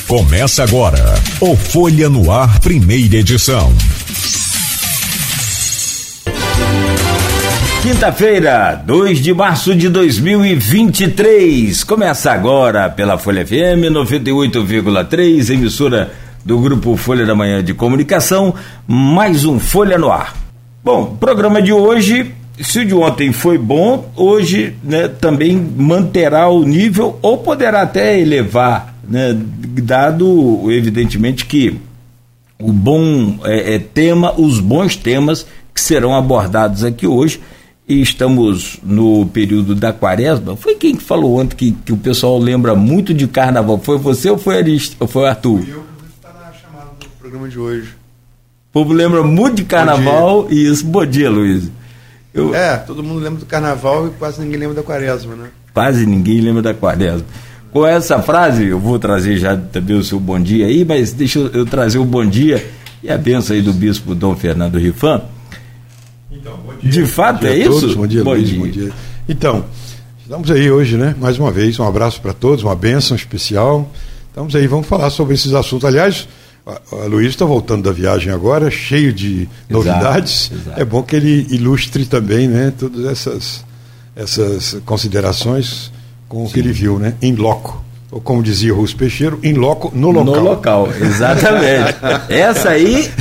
Começa agora o Folha no Ar, primeira edição. Quinta-feira, 2 de março de 2023. Começa agora pela Folha FM 98,3, emissora do Grupo Folha da Manhã de Comunicação, mais um Folha no Ar. Bom, programa de hoje, se o de ontem foi bom, hoje, né, também manterá o nível ou poderá até elevar, né, dado, evidentemente, que o bom tema, os bons temas que serão abordados aqui hoje. E estamos no período da quaresma. Foi quem que falou ontem que o pessoal lembra muito de carnaval? Foi você ou foi o Arthur? Eu está na chamada do programa de hoje. O povo lembra muito de carnaval e isso. Bom dia, Luiz. Todo mundo lembra do carnaval e quase ninguém lembra da quaresma, né? Quase ninguém lembra da quaresma. Com essa frase, eu vou trazer já também o seu bom dia aí, mas deixa eu trazer o bom dia e a bênção aí do bispo Dom Fernando Rifan. Então, bom dia. De fato, é isso? Todos. Bom dia, Luiz. Bom dia. Então, estamos aí hoje, né? Mais uma vez, um abraço para todos, uma bênção especial. Estamos aí, vamos falar sobre esses assuntos. Aliás, a Luiz está voltando da viagem agora, cheio de novidades. Exato. É bom que ele ilustre também, né? Todas essas considerações com o que ele viu, né? In loco. Ou como dizia o Russo Peixeiro, in loco, no local. No local, exatamente. Essa aí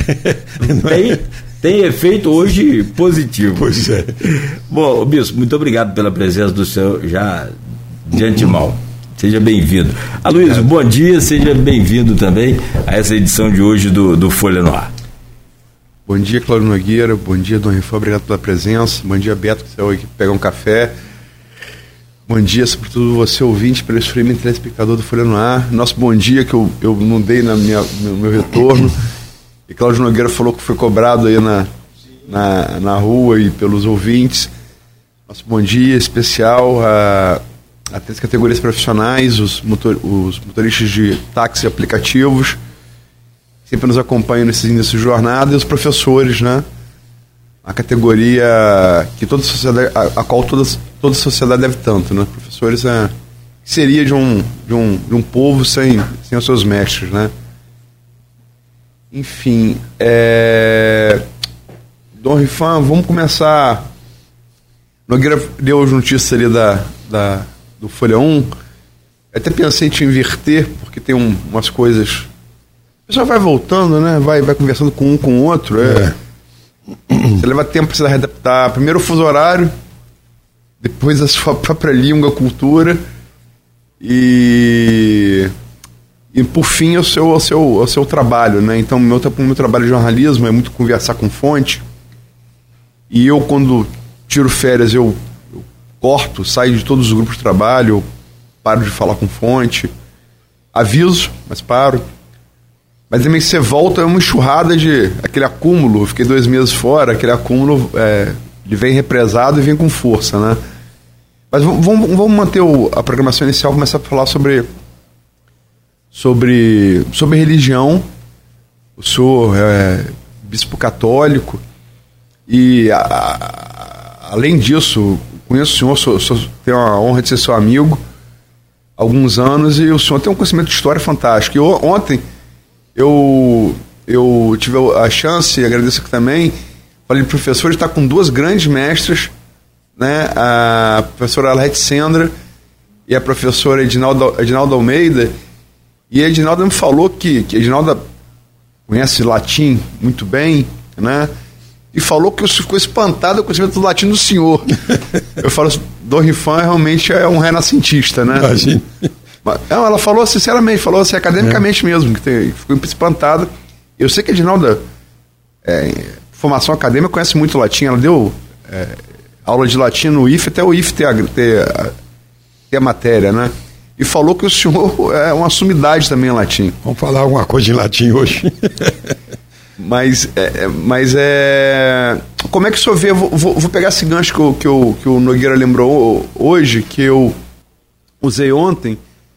tem efeito hoje positivo. Pois é. Bom, bispo, muito obrigado pela presença do senhor já de antemão. Seja bem-vindo. Aloysio, bom dia, seja bem-vindo também a essa edição de hoje do Folha no Ar. Bom dia, Cláudio Nogueira, bom dia, Dom Rifan, obrigado pela presença, bom dia, Beto, que saiu aqui pegar um café, bom dia, sobretudo você, ouvinte, pelo streaming telespectador do Folha no Ar, nosso bom dia que eu não dei no meu retorno, e Cláudio Nogueira falou que foi cobrado aí na rua e pelos ouvintes, nosso bom dia especial a três categorias profissionais, os motoristas de táxi e aplicativos, que sempre nos acompanham nesses inícios de jornada, e os professores, né? A categoria que toda a sociedade, a qual toda a sociedade deve tanto, né? Professores seria de um povo sem os seus mestres, né? Enfim, Dom Rifan, vamos começar. Nogueira deu hoje notícia ali do Folha 1. Eu até pensei em te inverter, porque tem umas coisas. O pessoal vai voltando, né? Vai conversando com um com o outro. Você leva tempo para se adaptar. Primeiro o fuso horário, depois a sua própria língua, cultura, e por fim o seu trabalho, né? Então, o meu trabalho de jornalismo é muito conversar com fonte. E eu, quando tiro férias, eu corto, saio de todos os grupos de trabalho, paro de falar com fonte, aviso, mas paro. Mas também que você volta é uma enxurrada de aquele acúmulo. Eu fiquei 2 meses fora, aquele acúmulo ele vem represado e vem com força, né? Mas vamos manter a programação inicial, começar a falar sobre religião. O senhor é bispo católico e além disso, conheço o senhor, tenho a honra de ser seu amigo há alguns anos, e o senhor tem um conhecimento de história fantástico. E ontem eu tive a chance, e agradeço aqui também, falei de professor, está com 2 grandes mestras, né? A professora Alete Sendra e a professora Edinalda Almeida. E a Edinalda me falou que a Edinalda conhece latim muito bem, né? E falou que ficou espantado com o conhecimento do latim do senhor. Eu falo, Dom Rifan realmente é um renascentista, né? Imagina. Não, ela falou sinceramente, falou assim, academicamente mesmo, que ficou espantado. Eu sei que a Edinalda, formação acadêmica, conhece muito latim. Ela deu aula de latim no IFE, até o IFE ter a matéria, né? E falou que o senhor é uma sumidade também em latim. Vamos falar alguma coisa em latim hoje. Mas como é que o senhor vê? Vou pegar esse gancho que o Nogueira lembrou hoje, que eu usei ontem.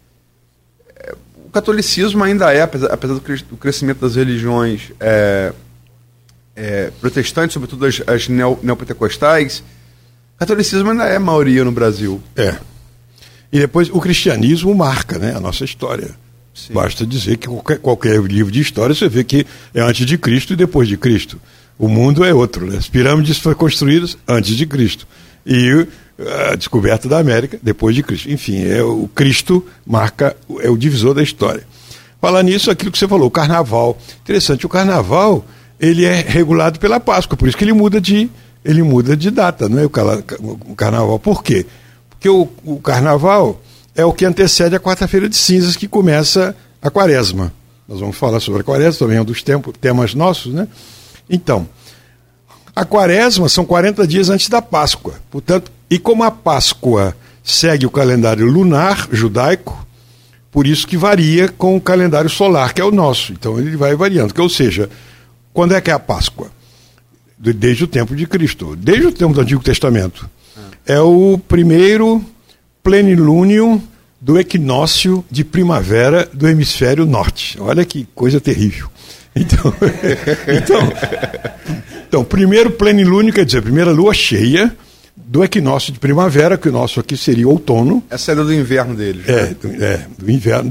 O catolicismo ainda apesar do crescimento das religiões protestantes, sobretudo as neopentecostais, o catolicismo ainda é maioria no Brasil. E depois o cristianismo marca, né, a nossa história. Sim. Basta dizer que qualquer livro de história você vê que é antes de Cristo e depois de Cristo. O mundo é outro, né? As pirâmides foram construídas antes de Cristo. E a descoberta da América depois de Cristo. Enfim, o Cristo é o divisor da história. Falando nisso, aquilo que você falou, o carnaval. Interessante, o carnaval ele é regulado pela Páscoa, por isso que ele muda de data, não é o carnaval. Por quê? Porque o carnaval é o que antecede a quarta-feira de cinzas, que começa a quaresma. Nós vamos falar sobre a quaresma, também é um dos temas nossos, né? Então, a quaresma são 40 dias antes da Páscoa. Portanto, e como a Páscoa segue o calendário lunar judaico, por isso que varia com o calendário solar, que é o nosso. Então ele vai variando. Ou seja, quando é que é a Páscoa? Desde o tempo de Cristo, desde o tempo do Antigo Testamento. É o primeiro plenilúnio do equinócio de primavera do hemisfério norte. Olha que coisa terrível. Então, primeiro plenilúnio, quer dizer, primeira lua cheia do equinócio de primavera, que o nosso aqui seria outono. Essa era do inverno deles. Do inverno.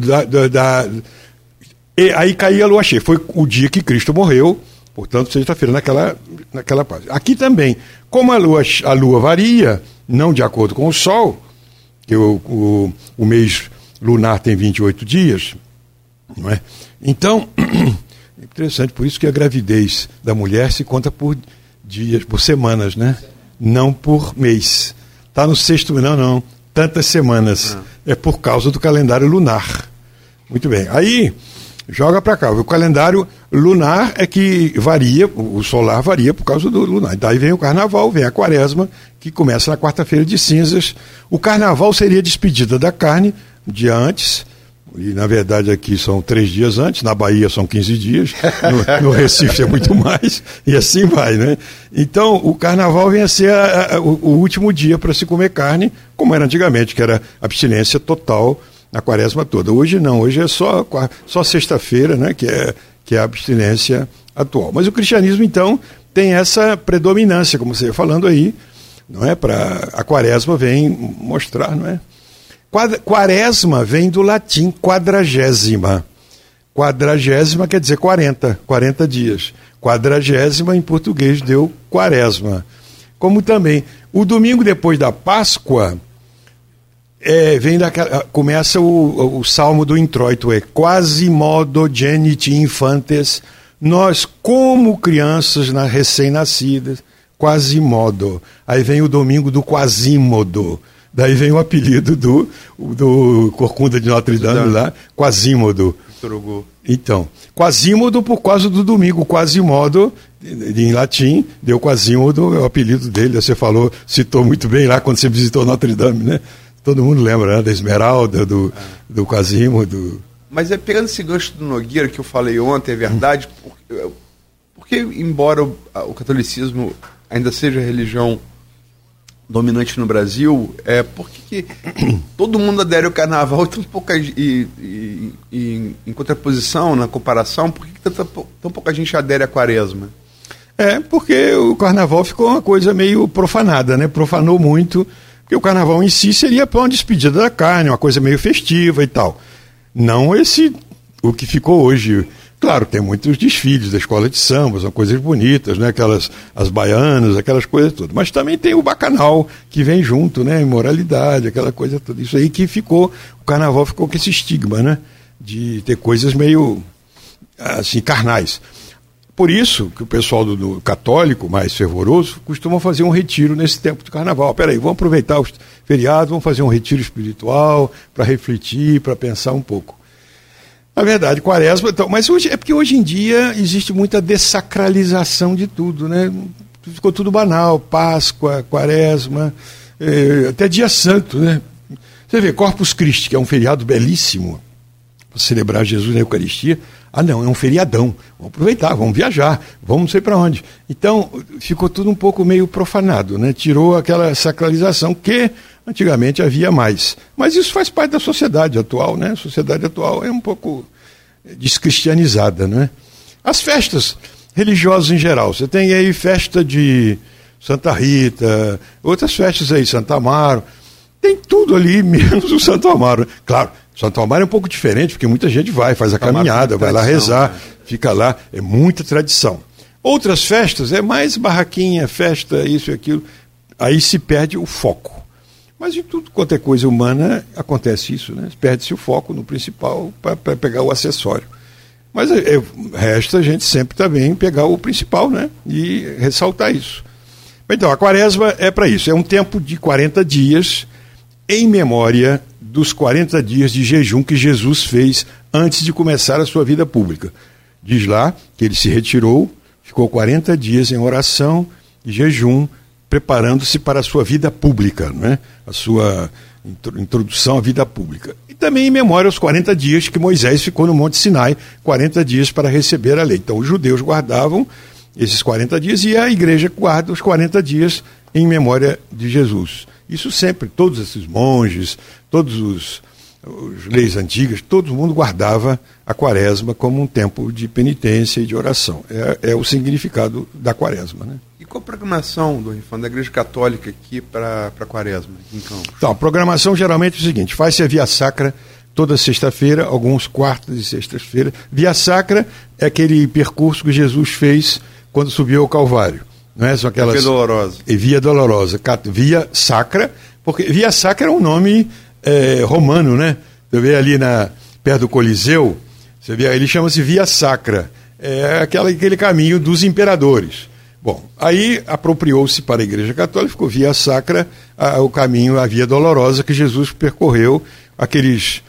E aí caía a lua cheia. Foi o dia que Cristo morreu, portanto, sexta-feira, naquela parte. Aqui também, como a lua varia, não de acordo com o Sol, que o mês lunar tem 28 dias, não é? Então, é interessante, por isso que a gravidez da mulher se conta por dias, por semanas, né? Não por mês. Está no sexto, não, tantas semanas. É por causa do calendário lunar. Muito bem. Aí, joga para cá. O calendário lunar é que varia, o solar varia por causa do lunar. Daí vem o carnaval, vem a quaresma, que começa na quarta-feira de cinzas. O carnaval seria a despedida da carne, um dia antes. E, na verdade, aqui são 3 dias antes, na Bahia são 15 dias, no Recife é muito mais, e assim vai, né? Então, o carnaval vem a ser o último dia para se comer carne, como era antigamente, que era abstinência total na quaresma toda. Hoje não, hoje é só sexta-feira, né, que é a abstinência atual. Mas o cristianismo, então, tem essa predominância, como você ia falando aí, não é? A quaresma vem mostrar, não é? Quaresma vem do latim quadragésima. Quadragésima quer dizer 40 dias. Quadragésima em português deu quaresma. Como também o domingo depois da Páscoa começa o salmo do introito, Quasimodo geniti infantes, nós como crianças recém-nascidas, Quasimodo. Aí vem o domingo do Quasímodo. Daí vem o apelido do Corcunda de Notre Dame lá, Quasímodo. Então, Quasímodo por causa do domingo, Quasimodo, em latim, deu Quasímodo, é o apelido dele. Você citou muito bem lá quando você visitou Notre Dame, né? Todo mundo lembra, né? Da Esmeralda, do Quasímodo. Mas pegando esse gancho do Nogueira que eu falei ontem, é verdade, porque embora o catolicismo ainda seja a religião dominante no Brasil, por que todo mundo adere ao carnaval e em contraposição, na comparação, por que tão pouca gente adere à quaresma? Porque o carnaval ficou uma coisa meio profanada, né? Profanou muito, porque o carnaval em si seria para uma despedida da carne, uma coisa meio festiva e tal. Não o que ficou hoje. Claro, tem muitos desfiles da escola de samba, são coisas bonitas, né? As baianas, aquelas coisas todas. Mas também tem o bacanal, que vem junto, né? Imoralidade, aquela coisa toda. Isso aí que o carnaval ficou com esse estigma, né? De ter coisas meio, assim, carnais. Por isso que o pessoal do católico, mais fervoroso, costuma fazer um retiro nesse tempo do carnaval. Peraí, vamos aproveitar os feriados, vamos fazer um retiro espiritual para refletir, para pensar um pouco. Na verdade, quaresma, então, mas é porque hoje em dia existe muita dessacralização de tudo, né? Ficou tudo banal, Páscoa, quaresma, até dia santo, né? Você vê, Corpus Christi, que é um feriado belíssimo, para celebrar Jesus na Eucaristia. Não, é um feriadão, vamos aproveitar, vamos viajar, vamos não sei para onde. Então, ficou tudo um pouco meio profanado, né? Tirou aquela sacralização que antigamente havia mais. Mas isso faz parte da sociedade atual, né? A sociedade atual é um pouco descristianizada, né? As festas religiosas em geral, você tem aí festa de Santa Rita, outras festas aí, Santa Amaro, tem tudo ali, menos o Santo Amaro. Claro, Santo Amaro é um pouco diferente, porque muita gente faz a caminhada, vai lá rezar, fica lá, é muita tradição. Outras festas é mais barraquinha, festa, isso e aquilo, aí se perde o foco. Mas em tudo quanto é coisa humana acontece isso, né? Perde-se o foco no principal para pegar o acessório. Mas resta a gente sempre também pegar o principal, né? E ressaltar isso. Então, a quaresma é para isso, é um tempo de 40 dias em memória dos 40 dias de jejum que Jesus fez antes de começar a sua vida pública. Diz lá que ele se retirou, ficou 40 dias em oração e jejum, preparando-se para a sua vida pública, né? A sua introdução à vida pública. E também em memória aos 40 dias que Moisés ficou no Monte Sinai, 40 dias para receber a lei. Então os judeus guardavam esses 40 dias e a igreja guarda os 40 dias em memória de Jesus. Isso sempre, todos esses monges, todos os leis antigas, todo mundo guardava a quaresma como um tempo de penitência e de oração. É o significado da quaresma, né? E qual a programação, Dom Rifão, da Igreja Católica aqui para a quaresma, aqui em Campos? Então, a programação geralmente é o seguinte, faz-se a Via Sacra toda sexta-feira, alguns quartas e sextas-feira. Via Sacra é aquele percurso que Jesus fez quando subiu ao Calvário. Não é? São aquelas... Via Dolorosa. E Via Dolorosa. Via Sacra, porque Via Sacra é um nome romano, né? Você vê ali perto do Coliseu, você vê, ele chama-se Via Sacra. É aquele caminho dos imperadores. Bom, aí apropriou-se para a Igreja Católica, ficou Via Sacra, o caminho, a Via Dolorosa que Jesus percorreu, aqueles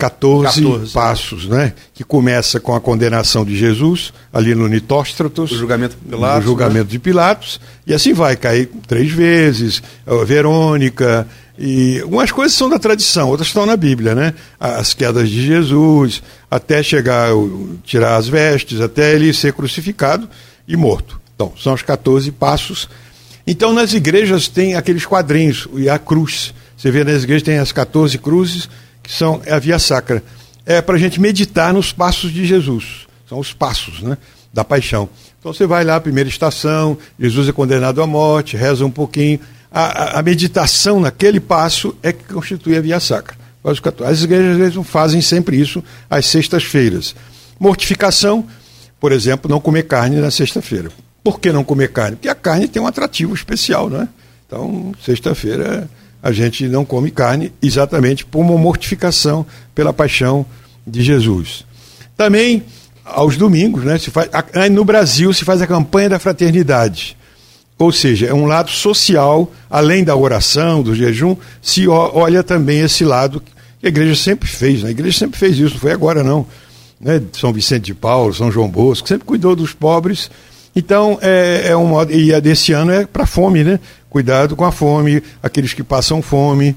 14 passos, né? Que começa com a condenação de Jesus, ali no Nitóstratos, o julgamento de Pilatos, de Pilatos, e assim vai, cair 3 vezes, Verônica, e umas coisas são da tradição, outras estão na Bíblia, né? As quedas de Jesus, até chegar, tirar as vestes, até ele ser crucificado e morto. Então, são os 14 passos. Então, nas igrejas tem aqueles quadrinhos, e a cruz. Você vê nas igrejas tem as 14 cruzes, que são a Via Sacra. É para a gente meditar nos passos de Jesus. São os passos, né, da paixão. Então, você vai lá, primeira estação, Jesus é condenado à morte, reza um pouquinho. A meditação naquele passo é que constitui a Via Sacra. As igrejas não fazem sempre isso às sextas-feiras. Mortificação, por exemplo, não comer carne na sexta-feira. Por que não comer carne? Porque a carne tem um atrativo especial, né? Então, sexta-feira a gente não come carne exatamente por uma mortificação pela paixão de Jesus. Também, aos domingos, né, no Brasil se faz a campanha da fraternidade. Ou seja, é um lado social, além da oração, do jejum, se olha também esse lado que a igreja sempre fez. Né? A igreja sempre fez isso, não foi agora não. Né? São Vicente de Paulo, São João Bosco, sempre cuidou dos pobres. Então, é um modo, e a desse ano é para a fome, né? Cuidado com a fome, aqueles que passam fome.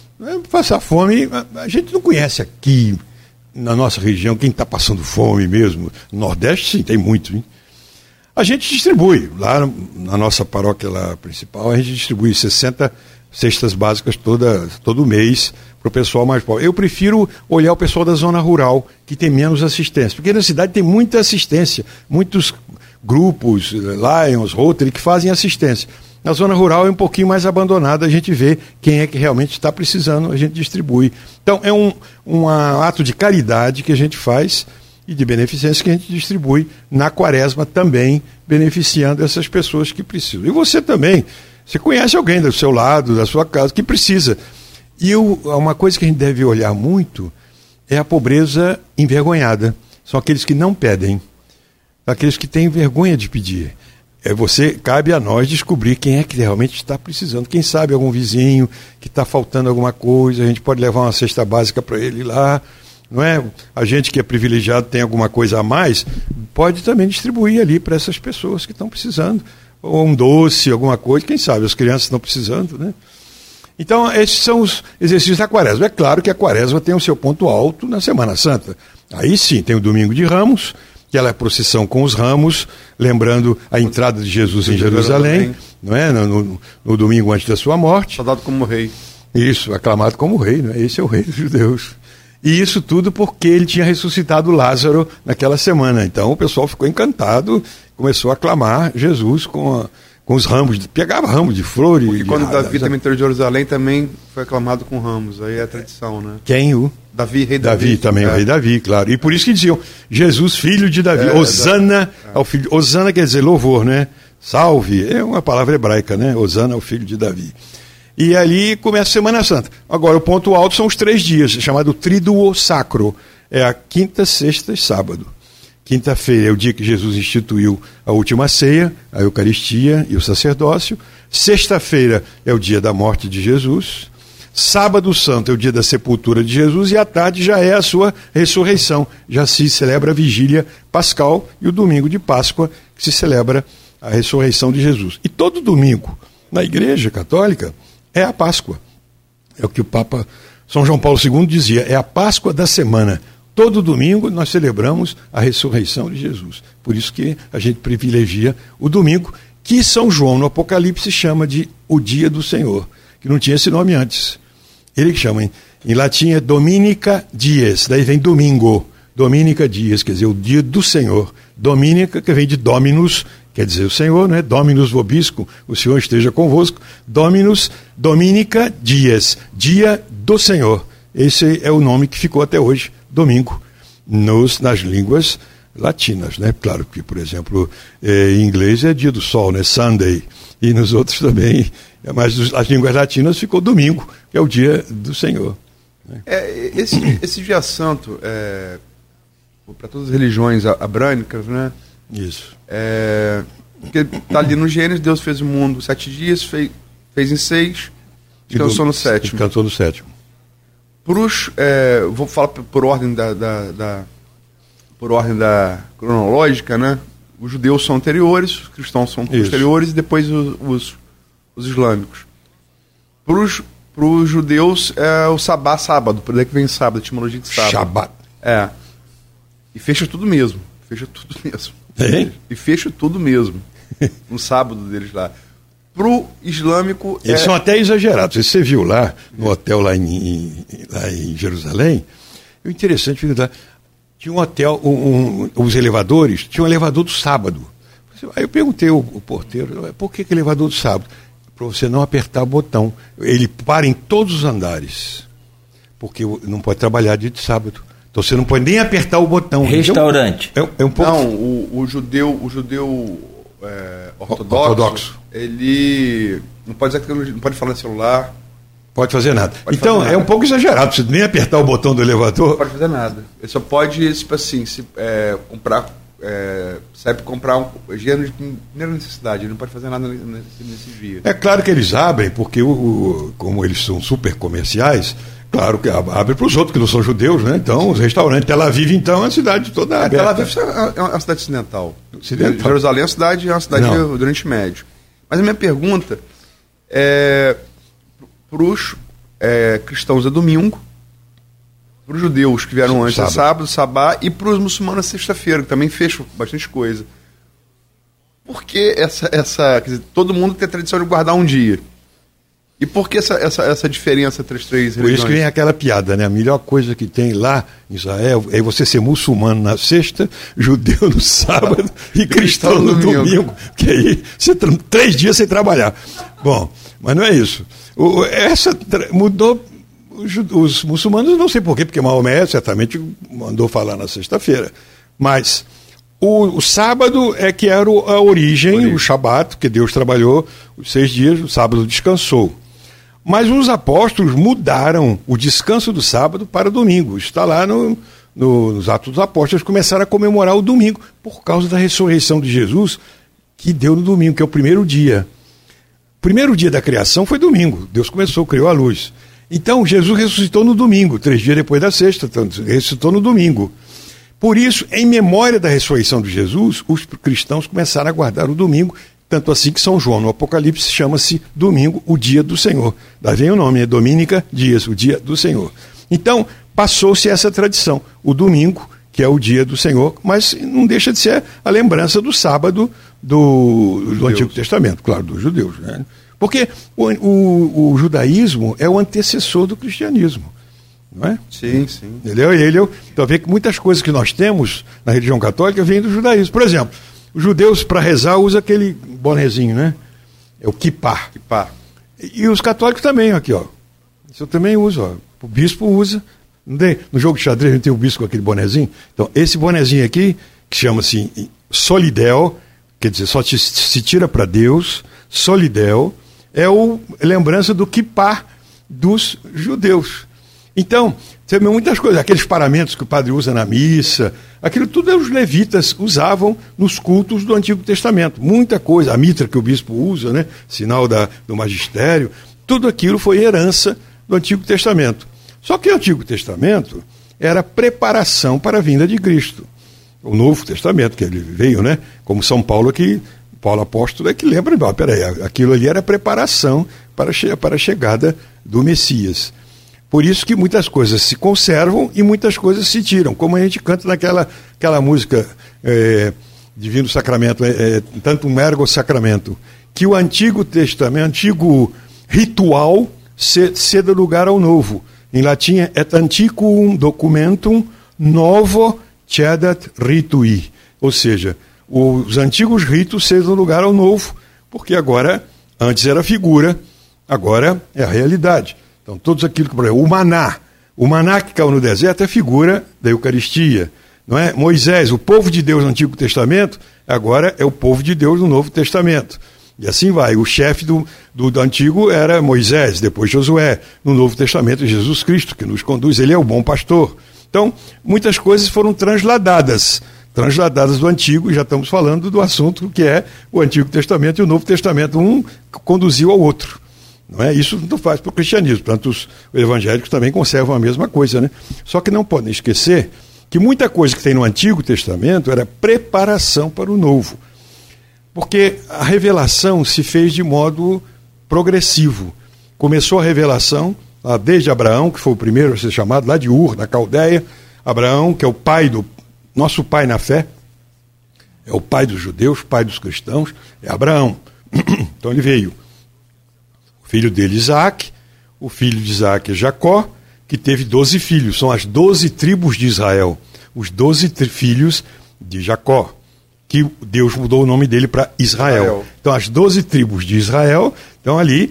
Passar fome, a gente não conhece aqui, na nossa região, quem está passando fome mesmo. No Nordeste, sim, tem muito, hein? A gente distribui, lá na nossa paróquia lá principal, a gente distribui 60 cestas básicas todo mês para o pessoal mais pobre. Eu prefiro olhar o pessoal da zona rural, que tem menos assistência, porque na cidade tem muita assistência, muitos grupos, Lions, Rotary, que fazem assistência. Na zona rural é um pouquinho mais abandonada, a gente vê quem é que realmente está precisando, a gente distribui. Então é um ato de caridade que a gente faz e de beneficência que a gente distribui na quaresma também, beneficiando essas pessoas que precisam. E você também, você conhece alguém do seu lado, da sua casa, que precisa. E uma coisa que a gente deve olhar muito é a pobreza envergonhada. São aqueles que não pedem, aqueles que têm vergonha de pedir. Cabe a nós descobrir quem é que realmente está precisando. Quem sabe algum vizinho que está faltando alguma coisa, a gente pode levar uma cesta básica para ele lá. Não é? A gente que é privilegiado tem alguma coisa a mais, pode também distribuir ali para essas pessoas que estão precisando. Ou um doce, alguma coisa, quem sabe, as crianças estão precisando, né? Então, esses são os exercícios da quaresma. É claro que a quaresma tem o seu ponto alto na Semana Santa. Aí sim, tem o Domingo de Ramos, que ela é a procissão com os ramos, lembrando a entrada de Jesus em Jerusalém, não é? No domingo antes da sua morte. Saudado como rei. Isso, aclamado como rei, não é? Esse é o rei dos judeus. E isso tudo porque ele tinha ressuscitado Lázaro naquela semana. Então o pessoal ficou encantado, começou a aclamar Jesus com com os ramos, pegava ramos de flores. Porque quando Davi também entrou de Jerusalém, também foi aclamado com ramos. Aí é a tradição, né? Quem? O Davi, rei Davi. Davi também, o rei Davi, claro. E por isso que diziam, Jesus, filho de Davi. Osana ao filho. Osana quer dizer louvor, né? Salve, é uma palavra hebraica, né? Osana ao filho de Davi. E ali começa a Semana Santa. Agora, o ponto alto são os 3 dias, chamado Tríduo Sacro. É a quinta, sexta e sábado. Quinta-feira é o dia que Jesus instituiu a última ceia, a Eucaristia e o sacerdócio. Sexta-feira é o dia da morte de Jesus. Sábado Santo é o dia da sepultura de Jesus e à tarde já é a sua ressurreição. Já se celebra a vigília pascal e o domingo de Páscoa, que se celebra a ressurreição de Jesus. E todo domingo, na Igreja Católica, é a Páscoa. É o que o Papa São João Paulo II dizia, é a Páscoa da semana. Todo domingo nós celebramos a ressurreição de Jesus. Por isso que a gente privilegia o domingo, que São João no Apocalipse chama de o dia do Senhor, que não tinha esse nome antes. Ele que chama, em latim é Dominica Dies, daí vem domingo. Dominica Dies, quer dizer, o dia do Senhor. Dominica, que vem de Dominus, quer dizer o Senhor, né? Dominus vobiscum, o Senhor esteja convosco. Dominus, Dominica Dies, dia do Senhor. Esse é o nome que ficou até hoje, domingo, nas línguas latinas, né? Claro que, por exemplo, em inglês é dia do sol, né? Sunday, e nos outros também, mas as línguas latinas ficou domingo, que é o dia do Senhor. Né? Esse dia santo, para todas as religiões abrânicas, né? Isso. Porque está ali no Gênesis, Deus fez o mundo 7 dias, fez em 6, descansou no 7º. Descansou no 7º. Vou falar por ordem cronológica, né? Os judeus são anteriores, os cristãos são posteriores e depois os islâmicos. Para os judeus é o sabá, sábado, por daí que vem sábado, a etimologia de sábado. Shabat. E fecha tudo mesmo. E fecha tudo mesmo. No sábado deles lá. Pro islâmico... Eles são até exagerados. Você viu lá, no hotel lá em Jerusalém, o interessante, tinha um hotel, os elevadores, tinha um elevador do sábado. Aí eu perguntei ao porteiro, por que elevador do sábado? Para você não apertar o botão. Ele para em todos os andares, porque não pode trabalhar dia de sábado. Então você não pode nem apertar o botão. Restaurante. É um pouco... Não, o judeu ortodoxo, ele não pode falar no celular. Pode fazer nada. Então, é um pouco exagerado. Você nem apertar o botão do elevador. Não pode fazer nada. Ele só pode, tipo assim, comprar um gênero de primeira necessidade. Ele não pode fazer nada nesse dia. É claro que eles abrem, porque como eles são super comerciais, claro que abre para os outros que não são judeus, né? Então, os restaurantes. Tel Aviv, então, é uma cidade toda aberta. Tel Aviv é uma cidade ocidental. Jerusalém é uma cidade do Oriente Médio. Mas a minha pergunta para os cristãos é domingo, para os judeus que vieram antes é sábado, sabá, e para os muçulmanos é sexta-feira, que também fecham bastante coisa. Por que quer dizer, todo mundo tem a tradição de guardar um dia? E por que essa diferença entre as 3 religiões? Por isso que vem aquela piada, né? A melhor coisa que tem lá em Israel é você ser muçulmano na sexta, judeu no sábado e cristão no domingo. Que aí você 3 dias sem trabalhar. Bom, mas não é isso. Mudou os muçulmanos, não sei porquê, porque Maomé certamente mandou falar na sexta-feira. Mas o sábado é que era a origem, o Shabat, que Deus trabalhou os 6 dias, o sábado descansou. Mas os apóstolos mudaram o descanso do sábado para domingo. Está lá nos Atos dos Apóstolos, começaram a comemorar o domingo, por causa da ressurreição de Jesus, que deu no domingo, que é o primeiro dia. O primeiro dia da criação foi domingo. Deus criou a luz. Então, Jesus ressuscitou no domingo, 3 dias depois da sexta, então, ressuscitou no domingo. Por isso, em memória da ressurreição de Jesus, os cristãos começaram a guardar o domingo, tanto assim que São João, no Apocalipse, chama-se domingo, o dia do Senhor. Daí vem o nome, Dominica Dias, o dia do Senhor. Então, passou-se essa tradição, o domingo, que é o dia do Senhor, mas não deixa de ser a lembrança do sábado do Antigo Testamento, claro, dos judeus, né? Porque o judaísmo é o antecessor do cristianismo, não é? Sim. Entendeu? Então, vê que muitas coisas que nós temos na religião católica vêm do judaísmo. Por exemplo, os judeus, para rezar, usam aquele bonezinho, né? É o kippah. Kippah. E os católicos também, aqui, ó. Isso eu também uso, ó. O bispo usa. No jogo de xadrez a gente tem o bispo com aquele bonezinho. Então, esse bonezinho aqui, que chama-se solidel, quer dizer, só se tira para Deus, solidel, é lembrança do kippah dos judeus. Então, tem muitas coisas, aqueles paramentos que o padre usa na missa, aquilo tudo os levitas usavam nos cultos do Antigo Testamento. Muita coisa, a mitra que o bispo usa, né, sinal do magistério, tudo aquilo foi herança do Antigo Testamento. Só que o Antigo Testamento era preparação para a vinda de Cristo. O Novo Testamento, que ele veio, né, como São Paulo aqui, Paulo Apóstolo é que lembra, peraí, aquilo ali era preparação para a chegada do Messias. Por isso que muitas coisas se conservam e muitas coisas se tiram, como a gente canta naquela música Divino Sacramento, Tantum Ergo Sacramento, que o Antigo Testamento, antigo ritual, ceda lugar ao novo. Em latim é et antiquum documentum novo cedat ritui, ou seja, os antigos ritos cedam lugar ao novo, porque agora, antes era figura, agora é a realidade. Então, todos aquilo que... O maná que caiu no deserto é figura da Eucaristia. Não é? Moisés, o povo de Deus no Antigo Testamento, agora é o povo de Deus no Novo Testamento. E assim vai. O chefe do Antigo era Moisés, depois Josué. No Novo Testamento, Jesus Cristo, que nos conduz. Ele é o bom pastor. Então, muitas coisas foram transladadas do Antigo, e já estamos falando do assunto que é o Antigo Testamento e o Novo Testamento. Um conduziu ao outro. Não é? Isso não faz para o cristianismo, portanto os evangélicos também conservam a mesma coisa, né? Só que não podem esquecer que muita coisa que tem no Antigo Testamento era preparação para o Novo, porque a revelação se fez de modo progressivo. Começou a revelação desde Abraão, que foi o primeiro a ser chamado, lá de Ur, na Caldeia. Abraão, que é o pai nosso pai na fé, é o pai dos judeus, pai dos cristãos, é Abraão. Então ele veio. Filho dele, Isaac, o filho de Isaac é Jacó, que teve 12 filhos, são as 12 tribos de Israel, os 12 filhos de Jacó, que Deus mudou o nome dele para Israel. Então as 12 tribos de Israel estão ali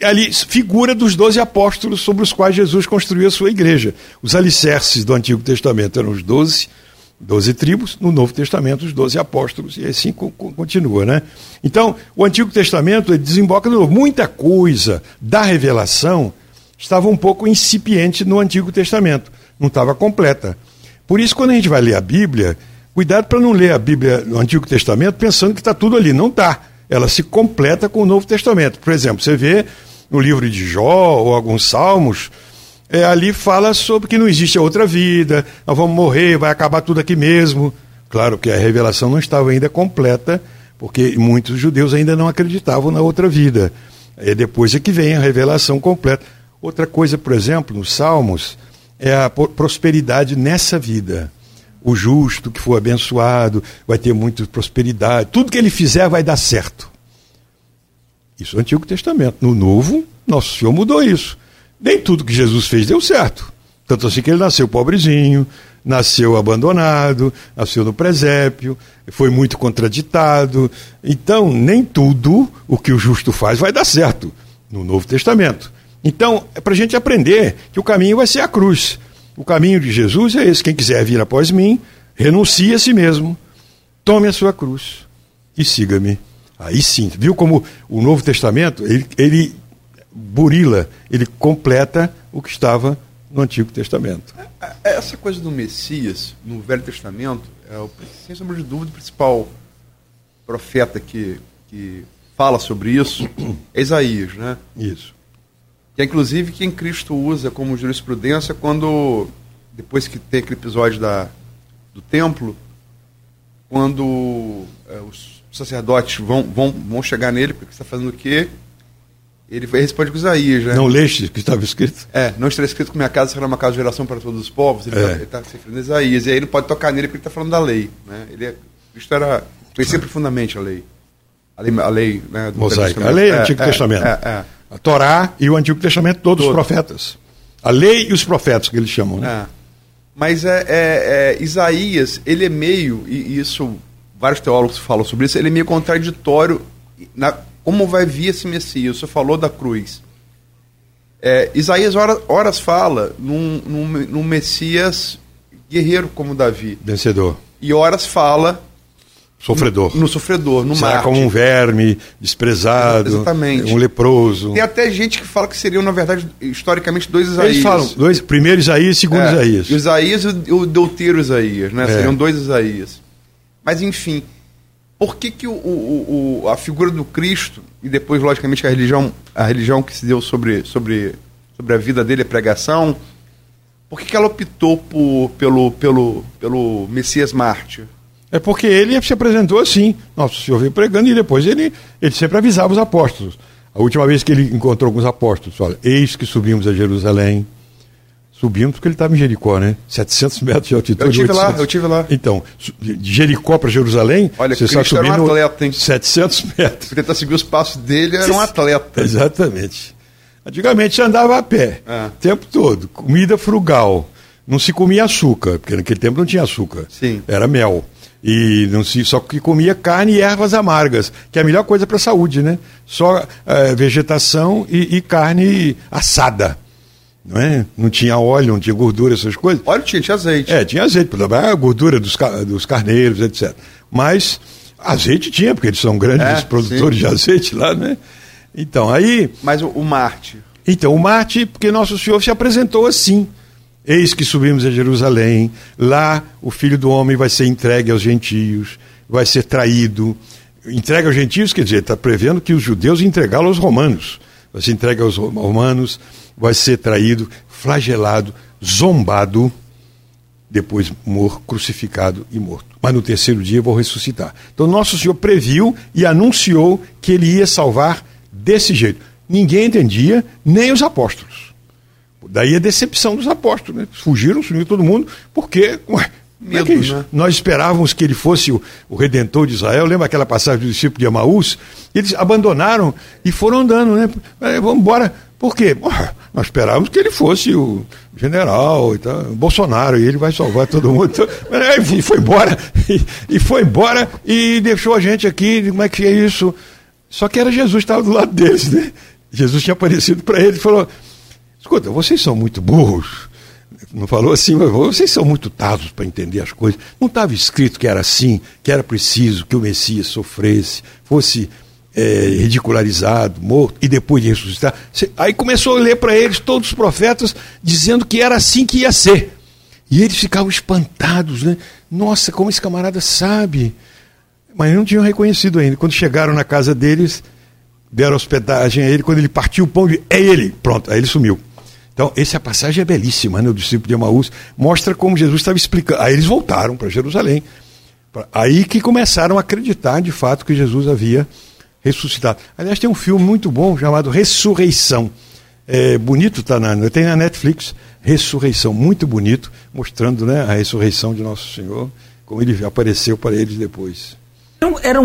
figura dos 12 apóstolos sobre os quais Jesus construiu a sua igreja. Os alicerces do Antigo Testamento eram os 12 tribos, no Novo Testamento os 12 apóstolos, e assim continua, né? Então, o Antigo Testamento ele desemboca de novo. Muita coisa da revelação estava um pouco incipiente no Antigo Testamento, não estava completa. Por isso, quando a gente vai ler a Bíblia, cuidado para não ler a Bíblia no Antigo Testamento pensando que está tudo ali, não está. Ela se completa com o Novo Testamento. Por exemplo, você vê no livro de Jó ou alguns salmos, ali fala sobre que não existe outra vida, nós vamos morrer, vai acabar tudo aqui mesmo. Claro que a revelação não estava ainda completa, porque muitos judeus ainda não acreditavam na outra vida. Depois é que vem a revelação completa. Outra coisa, por exemplo, nos Salmos, é a prosperidade nessa vida. O justo que for abençoado vai ter muita prosperidade, tudo que ele fizer vai dar certo. Isso é o Antigo Testamento. No Novo, Nosso Senhor mudou isso. Nem tudo que Jesus fez deu certo. Tanto assim que ele nasceu pobrezinho, nasceu abandonado, nasceu no presépio, foi muito contraditado. Então, nem tudo o que o justo faz vai dar certo no Novo Testamento. Então, é para a gente aprender que o caminho vai ser a cruz. O caminho de Jesus é esse. Quem quiser vir após mim, renuncie a si mesmo, tome a sua cruz e siga-me. Aí sim, viu como o Novo Testamento, ele burila, ele completa o que estava no Antigo Testamento. Essa coisa do Messias, no Velho Testamento, sem sombra de dúvida, o principal profeta que fala sobre isso é Isaías, né? Isso. Que é inclusive quem Cristo usa como jurisprudência quando, depois que tem aquele episódio do templo, quando os sacerdotes vão chegar nele, porque você está fazendo o quê? Ele responde com Isaías, né? Não leste o que estava escrito? Não está escrito que minha casa será uma casa de geração para todos os povos. Ele está se referindo a Isaías. E aí ele pode tocar nele porque ele está falando da lei, né? Cristo conhecia profundamente a lei. A lei, né, do mosaica. A lei do Antigo Testamento. A Torá e o Antigo Testamento, todos os profetas. A lei e os profetas, que eles chamam, né? Mas Isaías, ele é meio, e isso vários teólogos falam sobre isso, ele é meio contraditório como vai vir esse Messias. Você falou da cruz. Isaías horas fala num Messias guerreiro como Davi. Vencedor. E horas fala sofredor. No sofredor, no mártir. Como um verme, desprezado, exatamente. Um leproso. Tem até gente que fala que seriam, na verdade, historicamente, 2 Isaías. Eles falam, primeiro Isaías e segundo Isaías. O Isaías e o deuteiro Isaías, né? Seriam 2 Isaías. Mas, enfim, por que a figura do Cristo, e depois, logicamente, a religião que se deu sobre a vida dele, a pregação, por que ela optou pelo Messias mártir? É porque ele se apresentou assim. Nosso Senhor veio pregando e depois ele sempre avisava os apóstolos. A última vez que ele encontrou alguns apóstolos, olha, eis que subimos a Jerusalém. Subimos porque ele estava em Jericó, né? 700 metros de altitude. Eu tive lá. Então, de Jericó para Jerusalém, olha, você está subindo era um atleta, hein? 700 metros. Para tentar seguir os passos dele, era um atleta. Exatamente. Antigamente você andava a pé, o tempo todo. Comida frugal. Não se comia açúcar, porque naquele tempo não tinha açúcar. Sim. Era mel. E só que comia carne e ervas amargas, que é a melhor coisa para a saúde, né? Só vegetação e carne assada. Não é? Não tinha óleo, não tinha gordura, essas coisas. Óleo tinha azeite. Tinha azeite, a gordura dos carneiros, etc. Mas azeite tinha, porque eles são grandes produtores de azeite lá, né? Então, aí... Mas o mártir? Então, o mártir, porque Nosso Senhor se apresentou assim. Eis que subimos a Jerusalém, lá o Filho do Homem vai ser entregue aos gentios, vai ser traído. Entregue aos gentios, quer dizer, está prevendo que os judeus entregá-lo aos romanos. Vai ser entregue aos romanos, vai ser traído, flagelado, zombado, depois crucificado e morto. Mas no terceiro dia eu vou ressuscitar. Então Nosso Senhor previu e anunciou que ele ia salvar desse jeito. Ninguém entendia, nem os apóstolos. Daí a decepção dos apóstolos, né? Fugiram, sumiu todo mundo, porque medo, que é isso? Né? Nós esperávamos que ele fosse o Redentor de Israel. Lembra aquela passagem do discípulo de Emaús? Eles abandonaram e foram andando, né? Vamos embora. Por quê? Nós esperávamos que ele fosse o general, e tal, o Bolsonaro, e ele vai salvar todo mundo. Então, e foi embora, e foi embora e deixou a gente aqui. Como é que é isso? Só que era Jesus que estava do lado deles, né? Jesus tinha aparecido para ele e falou: escuta, vocês são muito burros. Não falou assim, mas vocês são muito tasos para entender as coisas. Não estava escrito que era assim, que era preciso que o Messias sofresse, fosse ridicularizado, morto, e depois de ressuscitar. Aí começou a ler para eles todos os profetas, dizendo que era assim que ia ser. E eles ficavam espantados, né? Nossa, como esse camarada sabe. Mas não tinham reconhecido ainda. Quando chegaram na casa deles, deram hospedagem a ele, quando ele partiu o pão, é ele. Pronto, aí ele sumiu. Então, essa passagem é belíssima, né? O discípulo de Emaús mostra como Jesus estava explicando. Aí eles voltaram para Jerusalém. Aí que começaram a acreditar, de fato, que Jesus havia ressuscitado. Aliás, tem um filme muito bom chamado Ressurreição. É bonito, tem na Netflix, Ressurreição, muito bonito, mostrando, né, a ressurreição de Nosso Senhor, como ele apareceu para eles depois. Era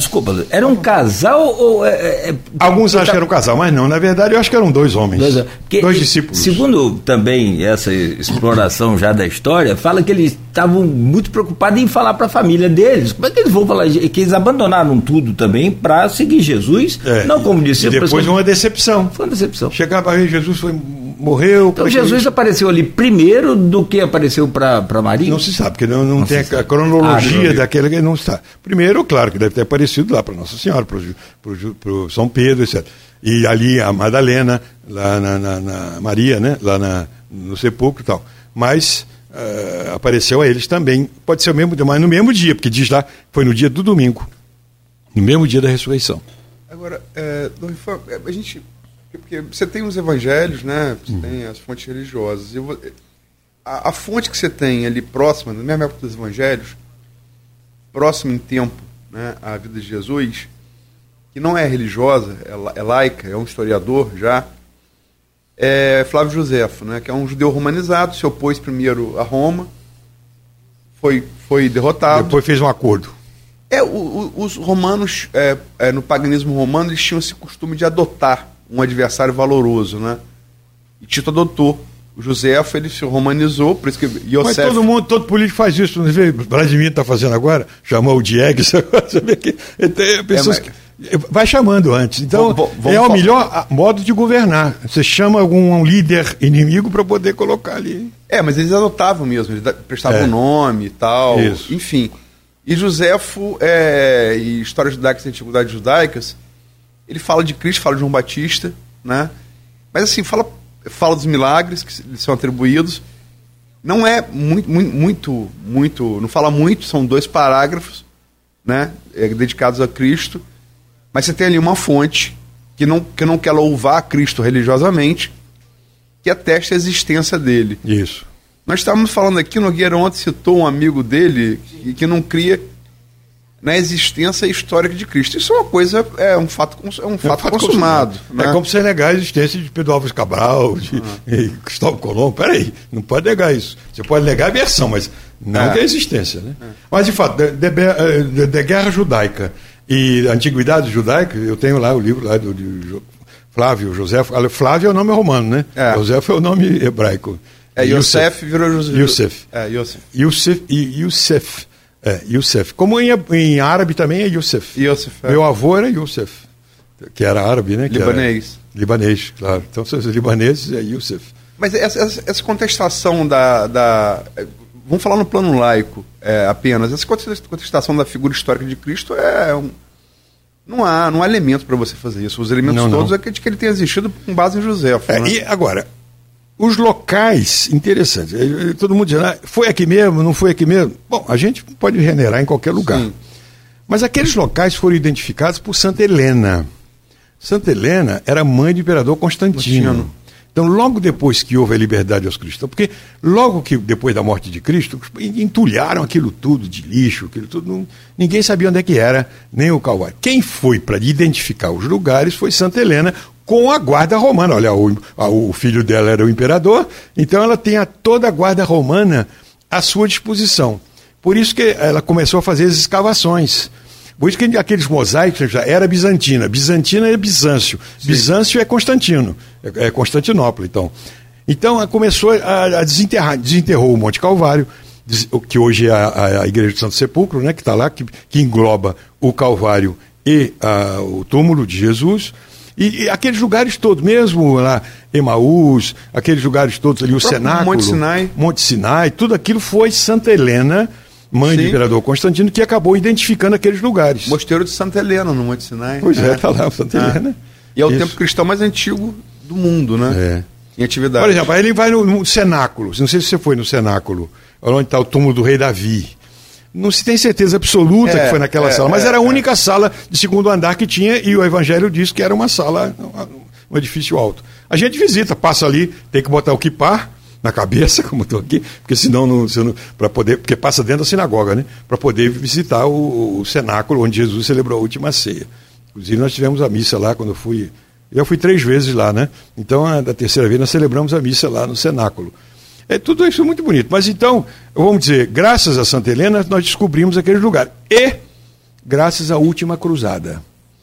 um casal ou... Alguns acham que era um casal, mas não. Na verdade, eu acho que eram 2 homens. Dois discípulos. Segundo também essa exploração já da história, fala que eles estavam muito preocupados em falar para a família deles. Como é que eles vão falar? Que eles abandonaram tudo também para seguir Jesus, não como discípulos. E depois uma decepção. Foi uma decepção. Chegava aí, Jesus morreu. Então Jesus apareceu ali primeiro do que apareceu para Maria? Não se sabe, porque não tem a cronologia daquela que não está. Primeiro, claro, que deve ter aparecido lá para Nossa Senhora, para o São Pedro, etc. E ali a Madalena, lá na Maria, né? Lá no sepulcro e tal. Mas apareceu a eles também. Pode ser o mesmo dia, mas no mesmo dia, porque diz lá, foi no dia do domingo, no mesmo dia da ressurreição. Agora, a gente... Porque você tem os evangelhos, né? Você tem as fontes religiosas. A fonte que você tem ali próxima, na mesma época dos evangelhos, próximo em tempo, né, à vida de Jesus, que não é religiosa, é laica, é um historiador já, é Flávio Josefo, né, que é um judeu romanizado, se opôs primeiro a Roma, foi derrotado. Depois fez um acordo. Os romanos, no paganismo romano, eles tinham esse costume de adotar um adversário valoroso, né? E Tito adotou. O Josefo, ele se romanizou, por isso que Yosef... Mas todo político faz isso, não vê? Vladimir está fazendo agora, chamou o Diegues, você vê que tem pessoas vai chamando antes. Então, é o melhor modo de governar. Você chama algum líder inimigo para poder colocar ali. Mas eles adotavam mesmo, eles prestavam um nome e tal. Isso. Enfim. E Joséfo, e histórias judaicas e antiguidades judaicas, ele fala de Cristo, fala de João Batista, né? Mas assim, fala dos milagres que lhe são atribuídos. Não é muito, não fala muito, são 2 parágrafos, né, dedicados a Cristo, mas você tem ali uma fonte que não quer louvar a Cristo religiosamente, que atesta a existência dele. Isso. Nós estávamos falando aqui, Nogueira ontem citou um amigo dele que não cria na existência histórica de Cristo. Isso é uma coisa, é um fato consumado. Né? É como você negar a existência de Pedro Álvares Cabral, de Cristóvão Colombo. Peraí, não pode negar isso. Você pode negar a versão, mas não que a existência. Né? Mas, de fato, da guerra judaica e antiguidade judaica, eu tenho lá o livro lá de Flávio, José. Flávio é o nome romano, né? José é o nome hebraico. Yosef virou Yosef. Youssef. Como em árabe também é Youssef. Meu avô era Youssef, que era árabe, né? Libanês, claro. Então, se os libaneses é Youssef. Mas essa contestação vamos falar no plano laico apenas. Essa contestação da figura histórica de Cristo não há elemento para você fazer isso. Os elementos todos é de que ele tenha existido com base em Joséfo. Né? E agora, os locais, interessantes, todo mundo diz, foi aqui mesmo, não foi aqui mesmo? Bom, a gente pode venerar em qualquer lugar. Sim. Mas aqueles locais foram identificados por Santa Helena. Santa Helena era mãe do imperador Constantino. Então, logo depois que houve a liberdade aos cristãos, porque logo que depois da morte de Cristo, entulharam aquilo tudo de lixo, aquilo tudo, ninguém sabia onde é que era, nem o Calvário. Quem foi para identificar os lugares foi Santa Helena, com a guarda romana. Olha, o filho dela era o imperador, então ela tem toda a guarda romana à sua disposição. Por isso que ela começou a fazer as escavações. Por isso que aqueles mosaicos já era bizantina. Bizantina é Bizâncio. Sim. Bizâncio é Constantino. É Constantinopla, então. Então ela começou a desenterrar. Desenterrou o Monte Calvário, que hoje é a Igreja do Santo Sepulcro, né, que está lá, que engloba o Calvário e o túmulo de Jesus. E aqueles lugares todos, mesmo lá, Emaús, aqueles lugares todos ali, o Cenáculo, Monte Sinai, tudo aquilo foi Santa Helena, mãe do imperador Constantino, que acabou identificando aqueles lugares. Mosteiro de Santa Helena, no Monte Sinai. Pois está lá, Santa Helena. E é o templo cristão mais antigo do mundo, né? Em atividade. Por exemplo, aí ele vai no Cenáculo, não sei se você foi no Cenáculo, onde está o túmulo do rei Davi. Não se tem certeza absoluta que foi naquela sala, mas era a única sala de segundo andar que tinha, e o Evangelho diz que era uma sala, um edifício alto. A gente visita, passa ali, tem que botar o quipá na cabeça, como estou aqui, porque senão para poder, porque passa dentro da sinagoga, né? Para poder visitar o cenáculo onde Jesus celebrou a última ceia. Inclusive nós tivemos a missa lá quando eu fui 3 vezes lá, né? Então, da terceira vez nós celebramos a missa lá no cenáculo. Tudo isso é muito bonito. Mas então, vamos dizer, graças a Santa Helena, nós descobrimos aquele lugar. E graças à última cruzada.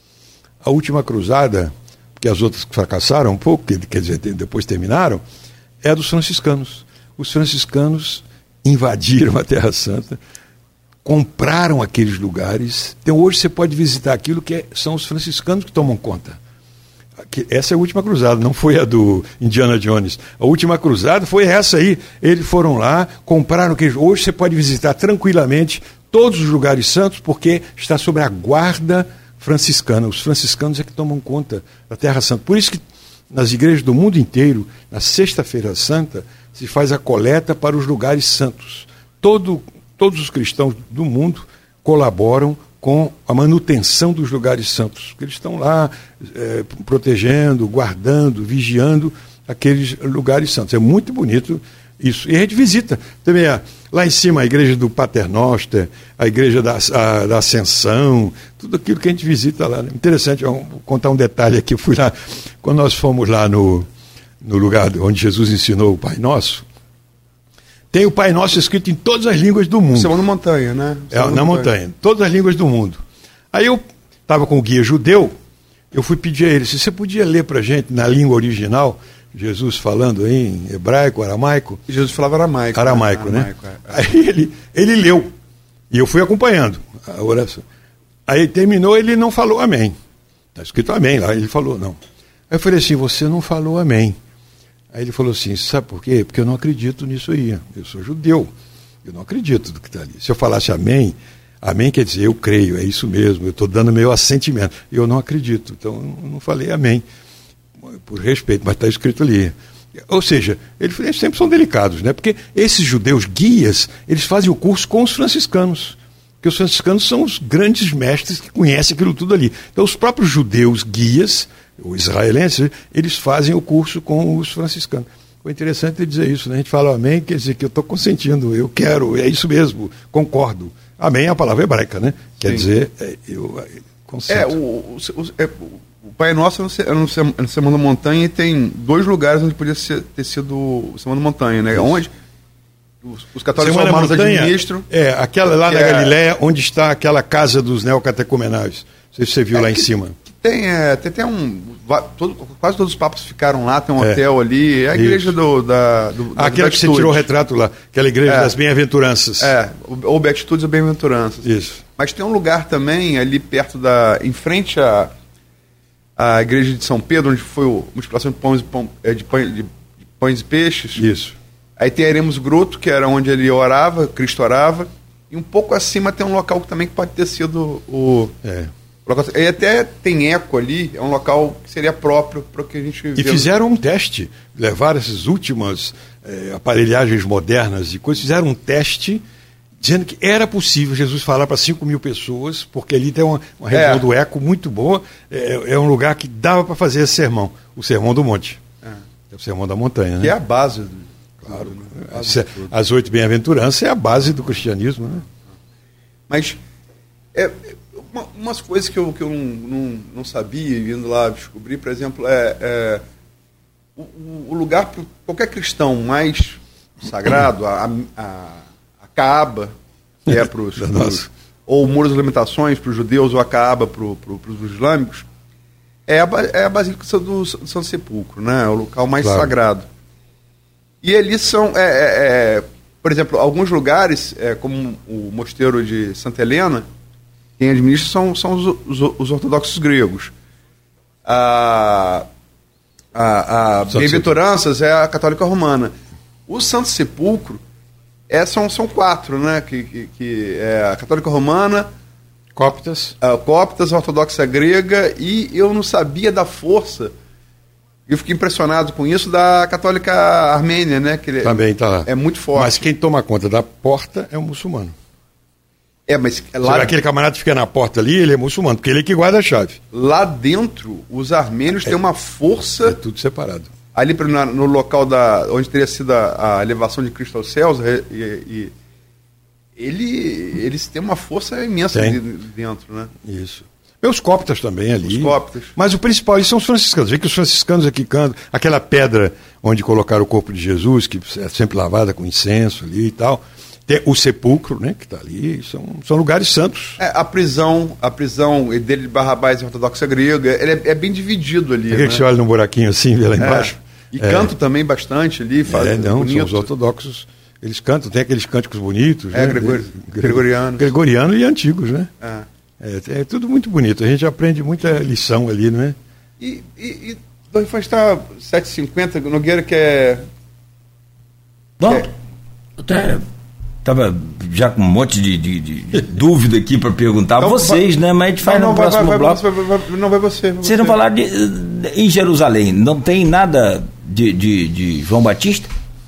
A última cruzada, porque as outras fracassaram um pouco, quer dizer, depois terminaram, é a dos franciscanos. Os franciscanos invadiram a Terra Santa, compraram aqueles lugares. Então hoje você pode visitar aquilo que são os franciscanos que tomam conta. Essa é a última cruzada, não foi a do Indiana Jones. A última cruzada foi essa aí. Eles foram lá, compraram aqueles. Hoje você pode visitar tranquilamente todos os lugares santos, porque está sob a guarda franciscana. Os franciscanos é que tomam conta da Terra Santa. Por isso que nas igrejas do mundo inteiro, na Sexta-feira Santa, se faz a coleta para os lugares santos. Todos os cristãos do mundo colaboram com a manutenção dos lugares santos, porque eles estão lá protegendo, guardando, vigiando aqueles lugares santos. É muito bonito isso. E a gente visita também lá em cima a igreja do Pater Noster, a igreja da Ascensão, tudo aquilo que a gente visita lá. Interessante, vou contar um detalhe aqui. Eu fui lá, quando nós fomos lá no lugar onde Jesus ensinou o Pai Nosso, tem o Pai Nosso escrito em todas as línguas do mundo. Você vai na montanha, né? Na montanha. Todas as línguas do mundo. Aí eu estava com o guia judeu, eu fui pedir a ele, se você podia ler para a gente na língua original, Jesus falando em hebraico, aramaico. Jesus falava aramaico. Aramaico, né? Aí ele leu, e eu fui acompanhando a oração. Aí terminou, ele não falou amém. Está escrito amém lá, ele falou não. Aí eu falei assim, você não falou amém. Aí ele falou assim, sabe por quê? Porque eu não acredito nisso aí. Eu sou judeu, eu não acredito do que está ali. Se eu falasse amém, amém quer dizer eu creio, é isso mesmo, eu estou dando meu assentimento. Eu não acredito, então eu não falei amém, por respeito, mas está escrito ali. Ou seja, eles sempre são delicados, né? Porque esses judeus guias, eles fazem o curso com os franciscanos. Porque os franciscanos são os grandes mestres que conhecem aquilo tudo ali. Então os próprios judeus guias, os israelenses, eles fazem o curso com os franciscanos. Foi interessante ele dizer isso, né? A gente fala amém, quer dizer que eu estou consentindo, eu quero, é isso mesmo, concordo. Amém é a palavra hebraica, né? Quer Sim. dizer, eu consento. O Pai Nosso no Sermão da Montanha tem 2 lugares onde podia ter sido o Sermão da Montanha, né? Isso. Onde os católicos Semana romanos Montanha, administram. Aquela lá na Galileia, onde está aquela casa dos neocatecumenais. Não sei se você viu lá em cima. Quase todos os papas ficaram lá, tem um hotel ali, é a igreja aquela que você tirou o retrato lá, aquela igreja das bem-aventuranças. Ou Beatitudes ou Bem-aventuranças. Isso. Mas tem um lugar também ali perto em frente à igreja de São Pedro, onde foi a multiplicação de pães e peixes. Isso. Aí tem Eremos Groto, que era onde ele orava, Cristo orava, e um pouco acima tem um local que também pode ter sido o local. E até tem eco ali, é um local que seria próprio para o que a gente vê. E fizeram um teste, levaram essas últimas aparelhagens modernas e coisas, fizeram um teste dizendo que era possível Jesus falar para 5.000 pessoas, porque ali tem uma região do eco muito boa, é um lugar que dava para fazer esse sermão, o Sermão do Monte, é o Sermão da Montanha. Que né? é a base Claro, as 8 bem-aventuranças é a base do cristianismo, né? Mas umas coisas que eu não sabia, indo lá descobrir, por exemplo, o lugar para qualquer cristão mais sagrado, a Kaaba, que é para os ou o Muro das Lamentações para os judeus, ou a Kaaba para os islâmicos, é a Basílica do Santo Sepulcro, né? É o local mais sagrado. E ali são, por exemplo, alguns lugares, como o mosteiro de Santa Helena, quem administra são os ortodoxos gregos. A Bem-aventuranças é a católica romana. O Santo Sepulcro são 4, né? Que é a católica romana, Cóptas, a ortodoxa grega, e eu não sabia da força. Eu fiquei impressionado com isso da católica armênia, né? Que também está lá. É muito forte. Mas quem toma conta da porta é o muçulmano. Mas lá aquele camarada que fica na porta ali, ele é muçulmano, porque ele é que guarda a chave. Lá dentro, os armênios têm uma força. É tudo separado. Ali no local onde teria sido a elevação de Cristo aos céus, eles têm uma força imensa dentro, né? Isso. E os cóptas também ali. Os cóptas. Mas o principal ali são os franciscanos. Vê que os franciscanos aqui cantam, aquela pedra onde colocaram o corpo de Jesus, que é sempre lavada com incenso ali e tal. Tem o sepulcro, né, que está ali, são lugares santos. A prisão dele de Barrabás e ortodoxa grega, ele é bem dividido ali. Aquele que você olha num buraquinho assim, vê lá embaixo. E cantam também bastante ali, fazem bonito. São os ortodoxos, eles cantam, tem aqueles cânticos bonitos. Né? Gregorianos e antigos, né? É tudo muito bonito, a gente aprende muita lição ali, não é? E Dom Rifão está 7h50, Nogueira quer... Bom, estava já com um monte de dúvida aqui para perguntar a vocês, né? Mas a gente faz no próximo bloco. Não vai você. Vocês não falaram em Jerusalém, não tem nada de João Batista?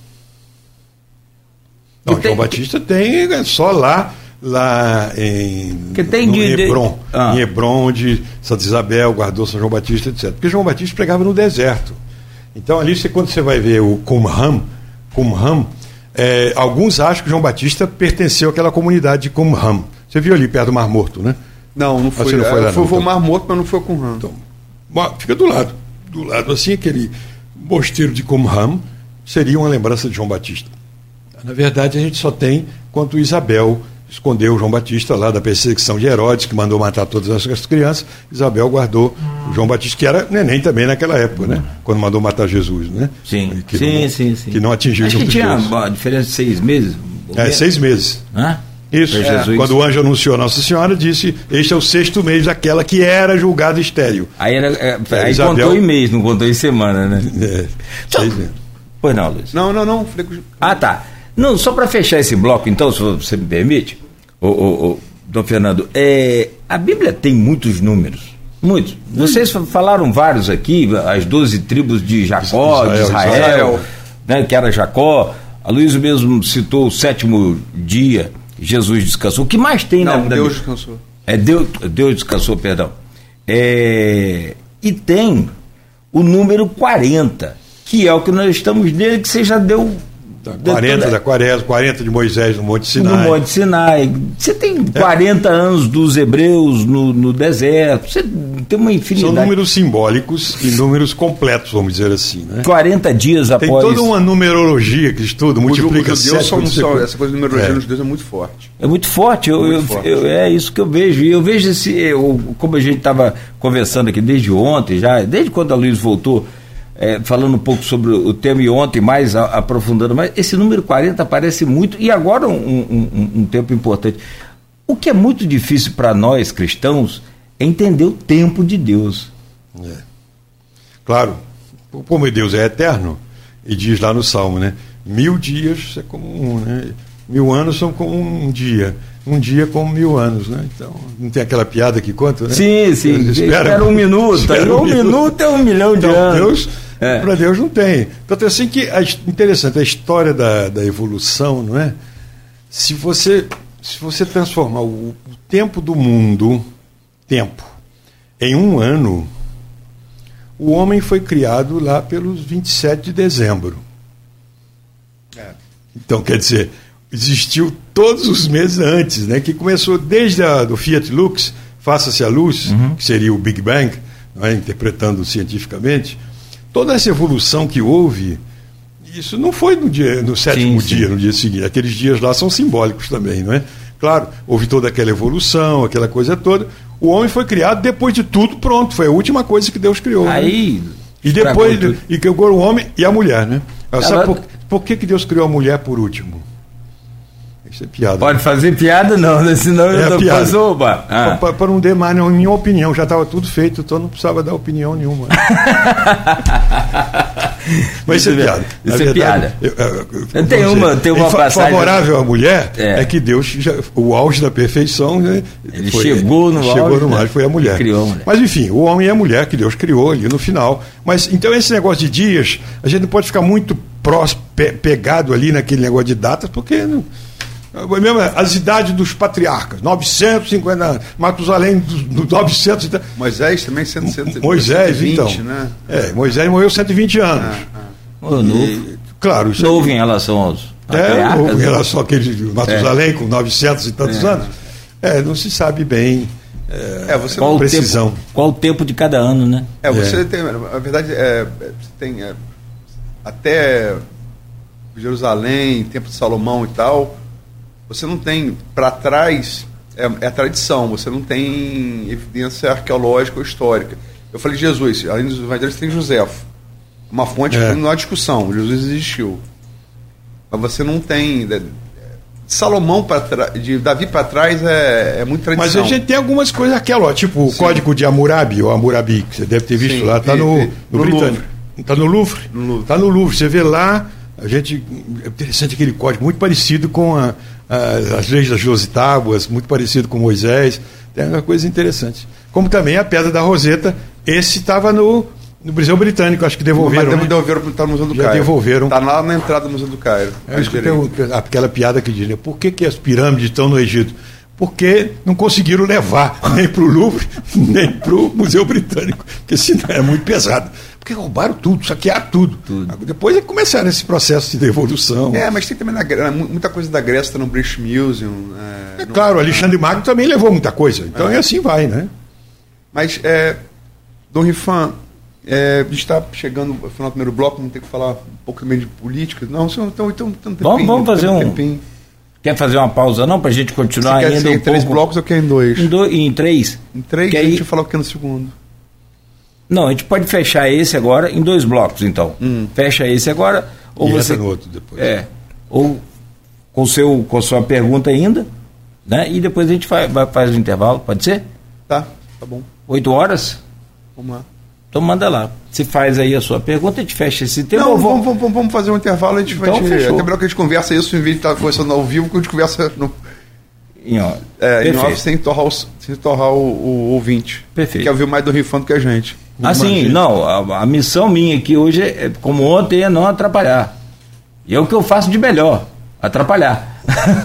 Não, João Batista tem só lá em Hebron, em Hebron, onde Santa Isabel guardou São João Batista, etc. Porque João Batista pregava no deserto. Então ali, quando você vai ver o Qumran, alguns acham que João Batista pertenceu àquela comunidade de Qumran. Você viu ali perto do Mar Morto, né? Não foi. Você não foi lá, foi o Mar Morto, mas não foi o Qumran. Então, fica do lado assim, aquele mosteiro de Qumran seria uma lembrança de João Batista. Na verdade, a gente só tem quanto Isabel escondeu João Batista lá da perseguição de Herodes, que mandou matar todas as crianças. Isabel guardou o João Batista, que era neném também naquela época, né? Quando mandou matar Jesus, né? Sim, sim. Que não atingiu. Acho que tinha uma diferença de 6 meses. 6 meses. Hã? Isso, Jesus. Quando o anjo anunciou a Nossa Senhora, disse: este é o 6º mês daquela que era julgada estéril. Aí, aí Isabel... contou em mês, não contou em semana, né? Então, pois não, Luiz. Não. Tá. Não, só para fechar esse bloco, então, se você me permite, Dom Fernando, a Bíblia tem muitos números. Muitos. Vocês falaram vários aqui, as 12 tribos de Jacó, de Israel. Né, que era Jacó. A Luísa mesmo citou o 7º dia, Jesus descansou. O que mais tem na Bíblia? Deus descansou. Deus descansou, perdão. E tem o número 40, que é o que nós estamos nele, que você já deu... 40 da Quaresma, 40 de Moisés no Monte Sinai. No Monte Sinai. Você tem 40 anos dos hebreus no deserto. Você tem uma infinidade. São números simbólicos e números completos, vamos dizer assim. Né? 40 dias após... Tem toda uma numerologia que estuda, multiplica os judeus essa coisa de numerologia nos judeus é muito forte. É muito forte. É isso que eu vejo. E eu vejo como a gente estava conversando aqui desde ontem, desde quando a Luiz voltou, falando um pouco sobre o tema, e ontem mais aprofundando mais, esse número 40 aparece muito, e agora um tempo importante. O que é muito difícil para nós cristãos é entender o tempo de Deus. Claro, como Deus é eterno, e diz lá no Salmo, né? 1000 dias é como um, né? 1000 anos são como um dia como 1000 anos, né? Então, não tem aquela piada que conta, né? Sim. Espera um minuto. Um minuto é 1 milhão de anos. Para Deus não tem. Então, assim que interessante a história da evolução, não é? Se você transformar o tempo do mundo, em 1 ano, o homem foi criado lá pelos 27 de dezembro. Então, quer dizer, existiu todos os meses antes, né? Que começou desde do Fiat Lux, faça-se a luz, que seria o Big Bang, não é? Interpretando cientificamente. Toda essa evolução que houve, isso não foi no 7º dia, no dia seguinte. Aqueles dias lá são simbólicos também, não é? Claro, houve toda aquela evolução, aquela coisa toda. O homem foi criado depois de tudo pronto. Foi a última coisa que Deus criou. Aí, né? E depois, e que agora o homem e a mulher, né? Sabe por que Deus criou a mulher por último? Isso é piada. Pode fazer piada não, né? Senão eu não posso... Para não dar mais nenhuma opinião, já estava tudo feito, então não precisava dar opinião nenhuma. Mas isso é piada. Isso é piada. Tem uma passagem... Favorável à mulher é que Deus, o auge da perfeição... Né, ele chegou no auge, foi a mulher. Criou a mulher. Mas enfim, o homem e a mulher que Deus criou ali no final. Mas então esse negócio de dias, a gente não pode ficar muito pegado ali naquele negócio de datas, porque... Mesmo as idades dos patriarcas, 950 anos, Matusalém, 900. Moisés também, 120, Moisés, então. Né? Moisés morreu 120 anos. Claro, isso novo em relação aos patriarcas. Novo em relação àquele Matusalém com 900 e tantos anos. Não se sabe bem. Qual precisão. Qual o tempo de cada ano, né? Você tem, na verdade, você tem até Jerusalém, Templo de Salomão e tal. Você não tem, para trás, é a tradição, você não tem evidência arqueológica ou histórica. Eu falei de Jesus, além dos evangelhos tem Joséfo, uma fonte que não há discussão, Jesus existiu. Mas você não tem... Salomão, de Davi para trás, é muito tradição. Mas a gente tem algumas coisas arqueológicas, tipo o Código de Hammurabi, ou Hammurabi, que você deve ter visto lá, está no Britânico. Está no Louvre? Está no Louvre, você vê lá, é interessante aquele código, muito parecido com as leis das 12 tábuas, muito parecido com Moisés, tem uma coisa interessante. Como também a Pedra da Roseta, esse estava no Museu Britânico, acho que devolveram. Mas devolveram para estar no Museu do Cairo. Devolveram. Está lá na entrada do Museu do Cairo. Aquela piada que diz, né? Por que as pirâmides estão no Egito? Porque não conseguiram levar nem para o Louvre, nem para o Museu Britânico, porque senão era muito pesado. Porque roubaram tudo, saquearam tudo. Depois começaram esse processo de devolução. Mas tem também muita coisa da Grécia, está no British Museum. Claro, Alexandre Magno também levou muita coisa. Então assim vai, né? Mas, Dom Rifan, a gente está chegando ao final do primeiro bloco, vamos ter que falar um pouco também de política. Não, então vamos fazer um tempinho. Quer fazer uma pausa não, para a gente continuar ainda em 3 blocos ou quer em 2? Em 3. Em 3, a gente vai falar o que no segundo. Não, a gente pode fechar esse agora em 2 blocos, então. Fecha esse agora, ou e você... no outro depois. Ou com sua pergunta ainda, né? E depois a gente faz o intervalo, pode ser? Tá bom. 8 horas? Vamos lá. Então manda lá. Você faz aí a sua pergunta, a gente fecha esse tema. Não, vamos fazer um intervalo, Então, até melhor que a gente conversa isso, em vez de estar conversando ao vivo, que a gente conversa em off, sem torrar o ouvinte. Perfeito. Que quer ouvir mais do Rifan do que a gente. Assim, não, a missão minha aqui hoje, como ontem, é não atrapalhar. E é o que eu faço de melhor, atrapalhar.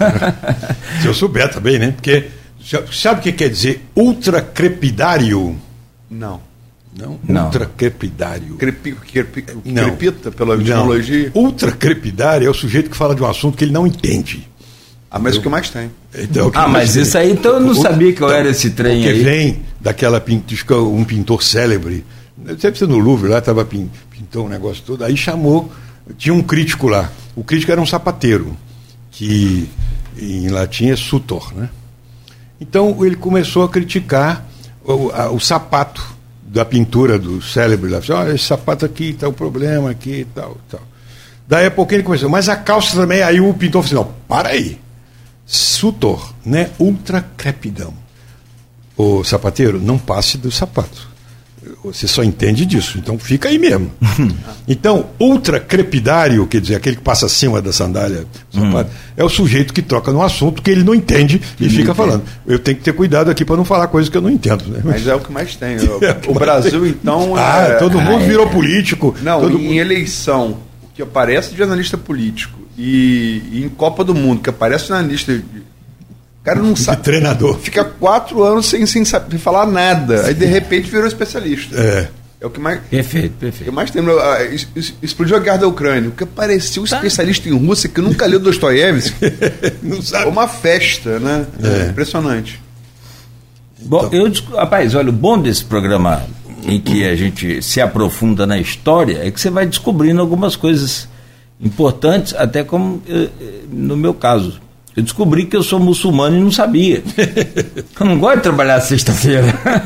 Se eu souber também, né? Porque sabe o que quer dizer ultracrepidário? Não. Ultracrepidário. Crepita pela etimologia? Ultracrepidário é o sujeito que fala de um assunto que ele não entende. Mas o que mais tem. Então, mas isso aí, então eu não sabia que eu era esse trem aí. Porque vem daquela um pintor célebre, deve ser no Louvre, lá estava pintou um negócio todo, aí chamou, tinha um crítico lá, o crítico era um sapateiro, que em latim é sutor, né? Então ele começou a criticar o sapato da pintura do célebre lá, esse sapato aqui está o problema aqui e tal. Daí a pouquinho ele começou, mas a calça também, aí o pintor falou assim, não, para aí, sutor, né? Ultracrepidão. O sapateiro, não passe do sapato. Você só entende disso, então fica aí mesmo. Então, ultracrepidário, quer dizer, aquele que passa acima da sandália, é o sujeito que troca no assunto que ele não entende e fica falando. Eu tenho que ter cuidado aqui para não falar coisas que eu não entendo. Né? Mas é o que mais tem. O Brasil, então... todo mundo virou político. Não, em eleição, o que aparece de jornalista político e em Copa do Mundo, que aparece jornalista... O cara não sabe. Treinador. Fica 4 anos sem falar nada. Aí de repente virou especialista. É o que mais. Perfeito. O que mais tem. Explodiu a guerra da Ucrânia. O que apareceu especialista em Rússia que nunca leu Dostoiévski. Não sabe. Uma festa, né? Impressionante. Bom, rapaz, olha, o bom desse programa em que a gente se aprofunda na história é que você vai descobrindo algumas coisas importantes, até como no meu caso. Eu descobri que eu sou muçulmano e não sabia. Eu não gosto de trabalhar sexta-feira.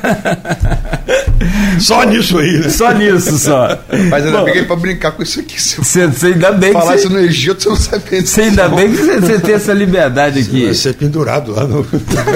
Só nisso aí, né? Só nisso, só. Mas ainda bem que é pra brincar com isso aqui. Você ainda bem que falasse no Egito, você não sabe. Você ainda bem que você tem essa liberdade aqui. Vai ser pendurado lá no...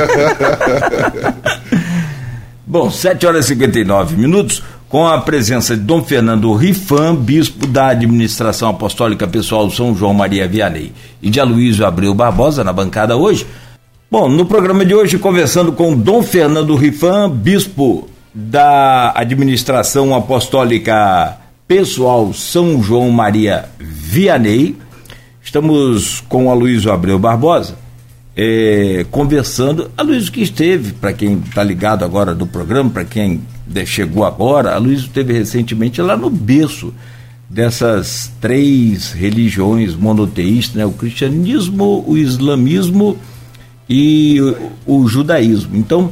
Bom, 7h59, com a presença de Dom Fernando Rifan, bispo da administração apostólica pessoal São João Maria Vianney, e de Aloysio Abreu Barbosa na bancada hoje. Bom, no programa de hoje, conversando com Dom Fernando Rifan, bispo da administração apostólica pessoal São João Maria Vianney. Estamos com o Aloysio Abreu Barbosa, conversando. Aloysio que esteve, para quem está ligado agora do programa, para quem chegou agora, Aloysio esteve recentemente lá no berço dessas 3 religiões monoteístas, né? O cristianismo, o islamismo e o judaísmo. Então,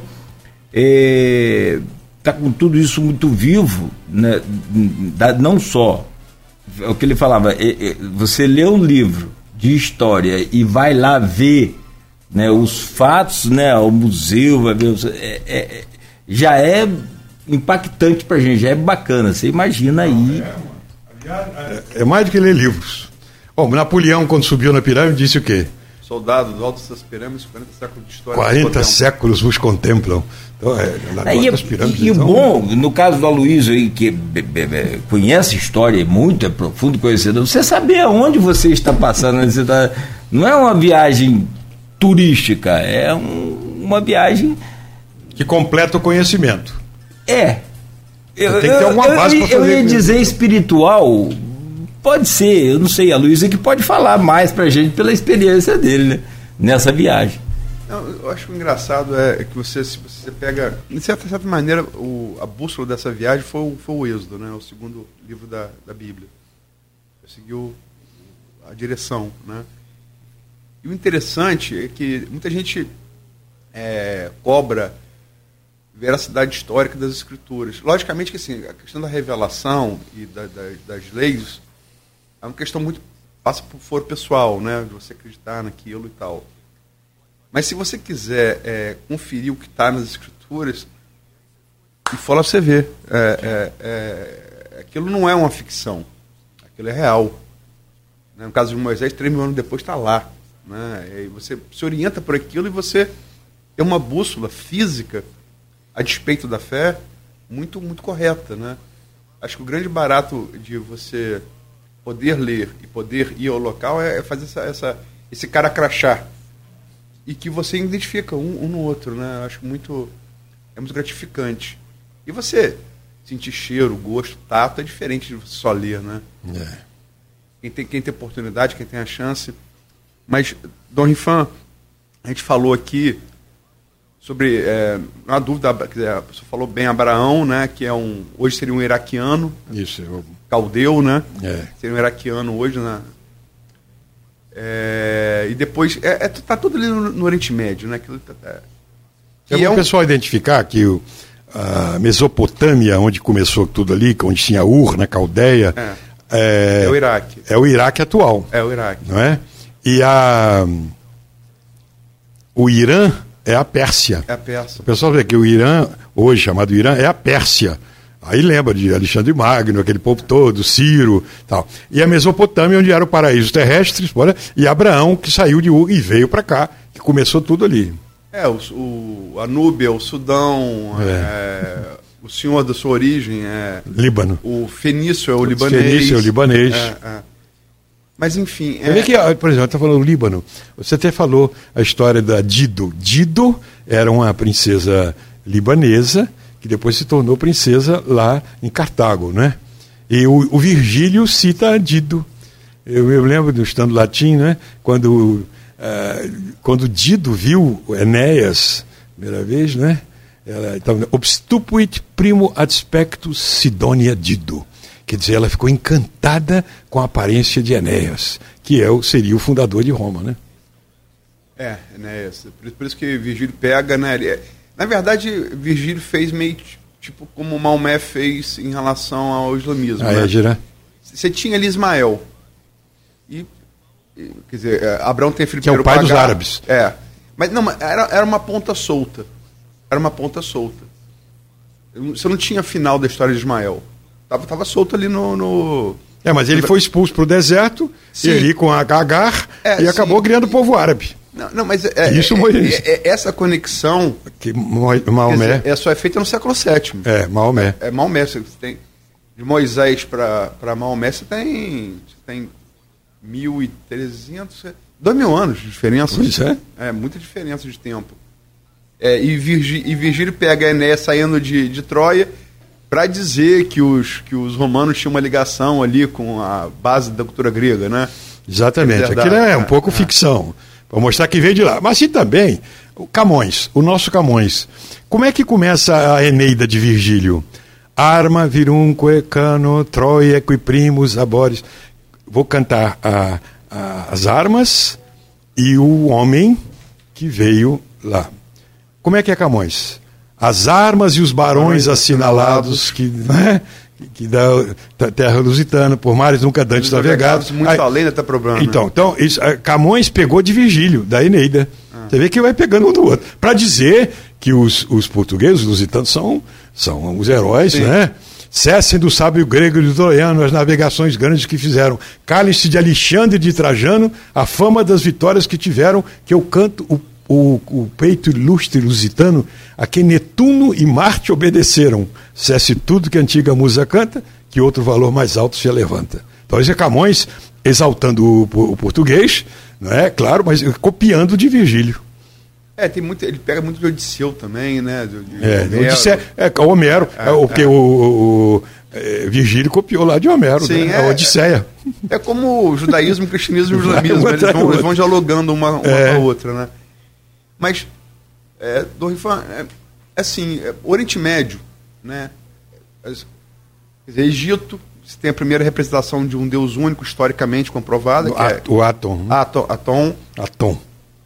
está com tudo isso muito vivo, né? Não só, é o que ele falava, você lê um livro de história e vai lá ver, né, os fatos, né, o museu, vai ver, já é impactante pra gente, já é bacana, você imagina aí. É mais do que ler livros. Bom, Napoleão, quando subiu na pirâmide, disse o quê? Soldado do alto dessas pirâmides, 40 séculos de história. 40 séculos vos contemplam. Então, e o bom, no caso do Aloysio aí, que conhece história muito, é profundo conhecedor, você saber aonde você está passando, você não é uma viagem turística, é uma viagem que completa o conhecimento. Tem que ter alguma base para fazer. Eu ia dizer espiritual, pode ser, eu não sei, a Luísa que pode falar mais pra gente pela experiência dele, né, nessa viagem. Não, eu acho que o engraçado é que você pega, de certa maneira, a bússola dessa viagem foi o Êxodo, né, o segundo livro da Bíblia. Seguiu a direção, né? E o interessante é que muita gente cobra veracidade histórica das escrituras. Logicamente que assim, a questão da revelação e das leis é uma questão muito, passa por foro pessoal, né, de você acreditar naquilo e tal. Mas se você quiser conferir o que está nas escrituras, e for lá você vê, aquilo não é uma ficção, aquilo é real. No caso de Moisés, 3.000 anos depois está lá. né? E aí você se orienta por aquilo e você tem uma bússola física a despeito da fé muito, muito correta, né? Acho que o grande barato de você poder ler e poder ir ao local é fazer esse cara crachá e que você identifica um no outro, né? Acho muito gratificante. E você sentir cheiro, gosto, tato é diferente de você só ler, né? Quem tem oportunidade, quem tem a chance. Mas, Dom Rifan, a gente falou aqui sobre, não há dúvida, você falou bem Abraão, né? Que hoje seria um iraquiano. Isso, caldeu, né? Seria um iraquiano hoje, né? E depois, tá tudo ali no Oriente Médio, né? É bom o pessoal identificar que a Mesopotâmia, onde começou tudo ali, onde tinha Ur, na Caldeia, é o Iraque. É o Iraque atual. É o Iraque. Não é? E o Irã é a Pérsia. É a Pérsia. O pessoal vê que o Irã, hoje chamado Irã, é a Pérsia. Aí lembra de Alexandre Magno, aquele povo todo, Ciro, tal. E a Mesopotâmia, onde era o paraíso terrestre, e Abraão, que saiu de Ur e veio para cá, que começou tudo ali. A Núbia, o Sudão, o senhor da sua origem é... Líbano. O fenício é o libanês. Fenício é o libanês. Mas, enfim... Você vê que, por exemplo, está falando do Líbano, você até falou a história da Dido. Dido era uma princesa libanesa, que depois se tornou princesa lá em Cartago, né? E o Virgílio cita Dido. Eu lembro do estando latim, né? Quando Dido viu Enéas, primeira vez, né? Então, obstupuit primo aspecto Sidonia Dido. Quer dizer, ela ficou encantada com a aparência de Enéas, que seria o fundador de Roma, né? Enéas. Por isso que Virgílio pega, né? Na verdade, Virgílio fez meio tipo como Maomé fez em relação ao islamismo. Né? Você tinha ali Ismael. Quer dizer, Abraão tem filho que é o pai dos árabes. Mas não, era uma ponta solta. Era uma ponta solta. Você não tinha final da história de Ismael. Tava solto ali no... mas ele foi expulso para o deserto, e ali com a Agar, e acabou criando o povo árabe. Não, mas essa conexão que Maomé só é feita no século VII. Maomé. Maomé. Você tem, de Moisés para Maomé, você tem 1.300, 2.000 anos de diferença. Pois muita diferença de tempo. E Virgílio pega Enéas saindo de Troia para dizer que os romanos tinham uma ligação ali com a base da cultura grega, né? Exatamente. Aquilo é um pouco ficção, para mostrar que veio de lá. Mas e também, o nosso Camões. Como é que começa a Eneida de Virgílio? Arma, virumque, cano, Troia, equiprimus, abores. Vou cantar as armas e o homem que veio lá. Como é que é Camões? As armas e os barões assinalados que da terra lusitana, por mares nunca dantes navegados. Muito além da problema. Então isso, Camões pegou de Virgílio, da Eneida. Você vê que vai pegando um do outro. Para dizer que os portugueses, os lusitanos, são os heróis, né? Cessem do sábio grego e do troiano as navegações grandes que fizeram. Calem-se de Alexandre e de Trajano a fama das vitórias que tiveram, que eu canto o peito ilustre lusitano, a quem Netuno e Marte obedeceram. Cesse tudo que a antiga musa canta, que outro valor mais alto se levanta. Então, esse é Camões exaltando o português, não é? Claro, mas copiando de Virgílio. Ele pega muito de Odisseu também, né? Homero, porque o Virgílio copiou lá de Homero, sim, né? A Odisseia. É como o judaísmo, o cristianismo e o islamismo, eles vão dialogando uma com a outra, né? Mas, Dom Rifan, o Oriente Médio, né? Quer dizer, Egito, você tem a primeira representação de um Deus único, historicamente comprovada. O Atom. Atom.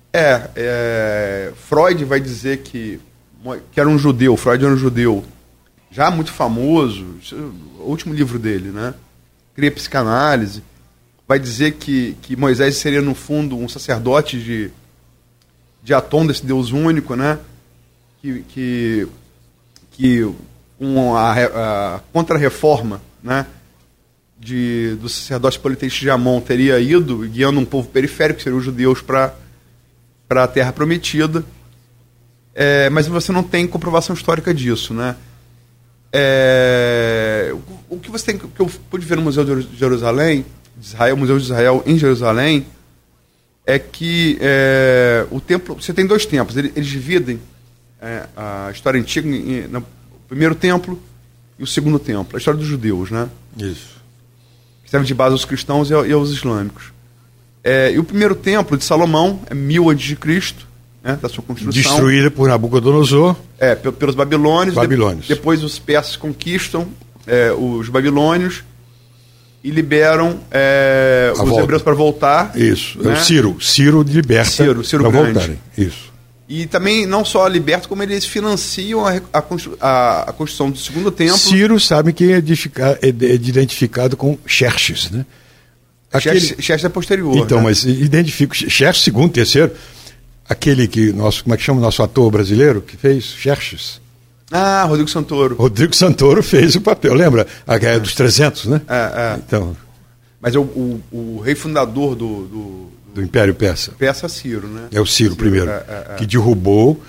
Freud vai dizer que era um judeu, Freud era um judeu, já muito famoso, o último livro dele, né? Cria psicanálise, vai dizer que Moisés seria, no fundo, um sacerdote de Atom, desse Deus único, né? Com a contra-reforma, né? do sacerdote politeísta de Amon teria ido guiando um povo periférico, que seria os judeus, para a Terra Prometida. Mas você não tem comprovação histórica disso, né? O que você tem, que eu pude ver no Museu de Jerusalém, o Museu de Israel em Jerusalém, é que o templo, você tem dois templos, eles dividem a história antiga no primeiro templo e o segundo templo, a história dos judeus, né? Isso. Que serve de base aos cristãos e aos islâmicos. E o primeiro templo de Salomão é 1000 a.C., né, da sua construção. Destruída por Nabucodonosor. Pelos babilônios. Babilônios. Depois os persas conquistam os babilônios e liberam os hebreus para voltar. Isso. Né? Ciro liberta Ciro para Grande. voltarem. Isso. E também não só liberta, como eles financiam a construção do segundo templo. Ciro sabe que é identificado com Xerxes, né? Xerxes é posterior. Então, né? Mas identifico Xerxes, segundo, terceiro, aquele que como é que chama o nosso ator brasileiro que fez Xerxes? Rodrigo Santoro. Rodrigo Santoro fez o papel, lembra? A Guerra dos 300, né? Então, mas o rei fundador do Império Persa. Persa é Ciro, né? É o Ciro primeiro, que derrubou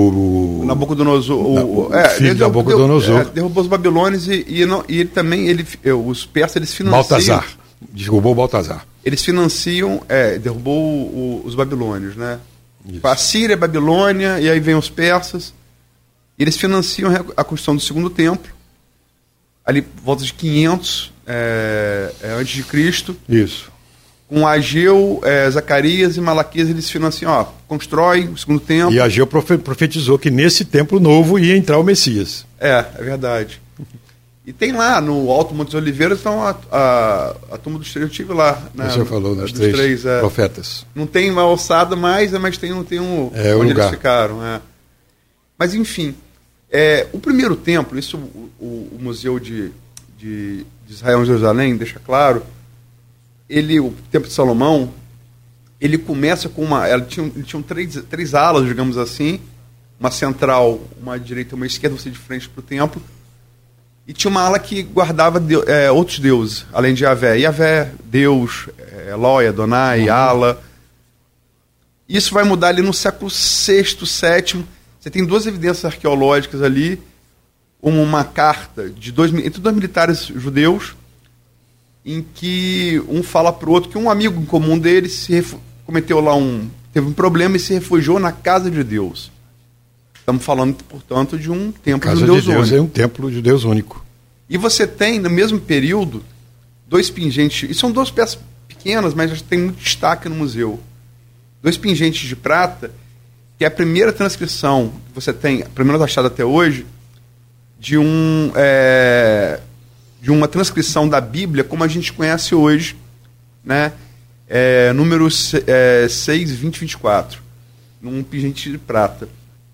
o Nabucodonosor. Filho de Nabucodonosor. Derrubou os babilônios e também os persas eles financiam. Baltazar. Derrubou Baltazar. Eles financiam, derrubou os babilônios, né? A Síria, a Babilônia, e aí vem os persas. E eles financiam a construção do segundo templo, ali por volta de 500 antes de Cristo. Isso. Com Ageu, Zacarias e Malaquias, eles financiam, constrói o segundo templo. E Ageu profetizou que nesse templo novo ia entrar o Messias. É verdade. E tem lá, no Alto Monte dos Oliveiras, então a tumba dos três, eu estive lá. Né? Você falou dos três profetas. Não tem uma alçada mais, mas tem onde lugar. Eles ficaram. Mas, enfim, o primeiro templo, isso o Museu de Israel em Jerusalém deixa claro, o Templo de Salomão, ele começa com ele tinha três alas, digamos assim, uma central, uma direita e uma esquerda, você de frente para o templo, e tinha uma ala que guardava outros deuses, além de Yahvé. Yahvé, Deus, Eloi, Adonai, Allah. Isso vai mudar ali no século VI, VII. Você tem duas evidências arqueológicas ali, uma carta entre dois militares judeus, em que um fala para o outro que um amigo em comum dele teve um problema e se refugiou na casa de Deus. Estamos falando, portanto, de um templo de Deus único. É um templo de Deus único. E você tem, no mesmo período, dois pingentes, e são duas peças pequenas, mas tem muito destaque no museu. Dois pingentes de prata, que é a primeira transcrição que você tem, pelo menos achada até hoje, de uma transcrição da Bíblia como a gente conhece hoje, né? Números 6, 20 e 24, num pingente de prata.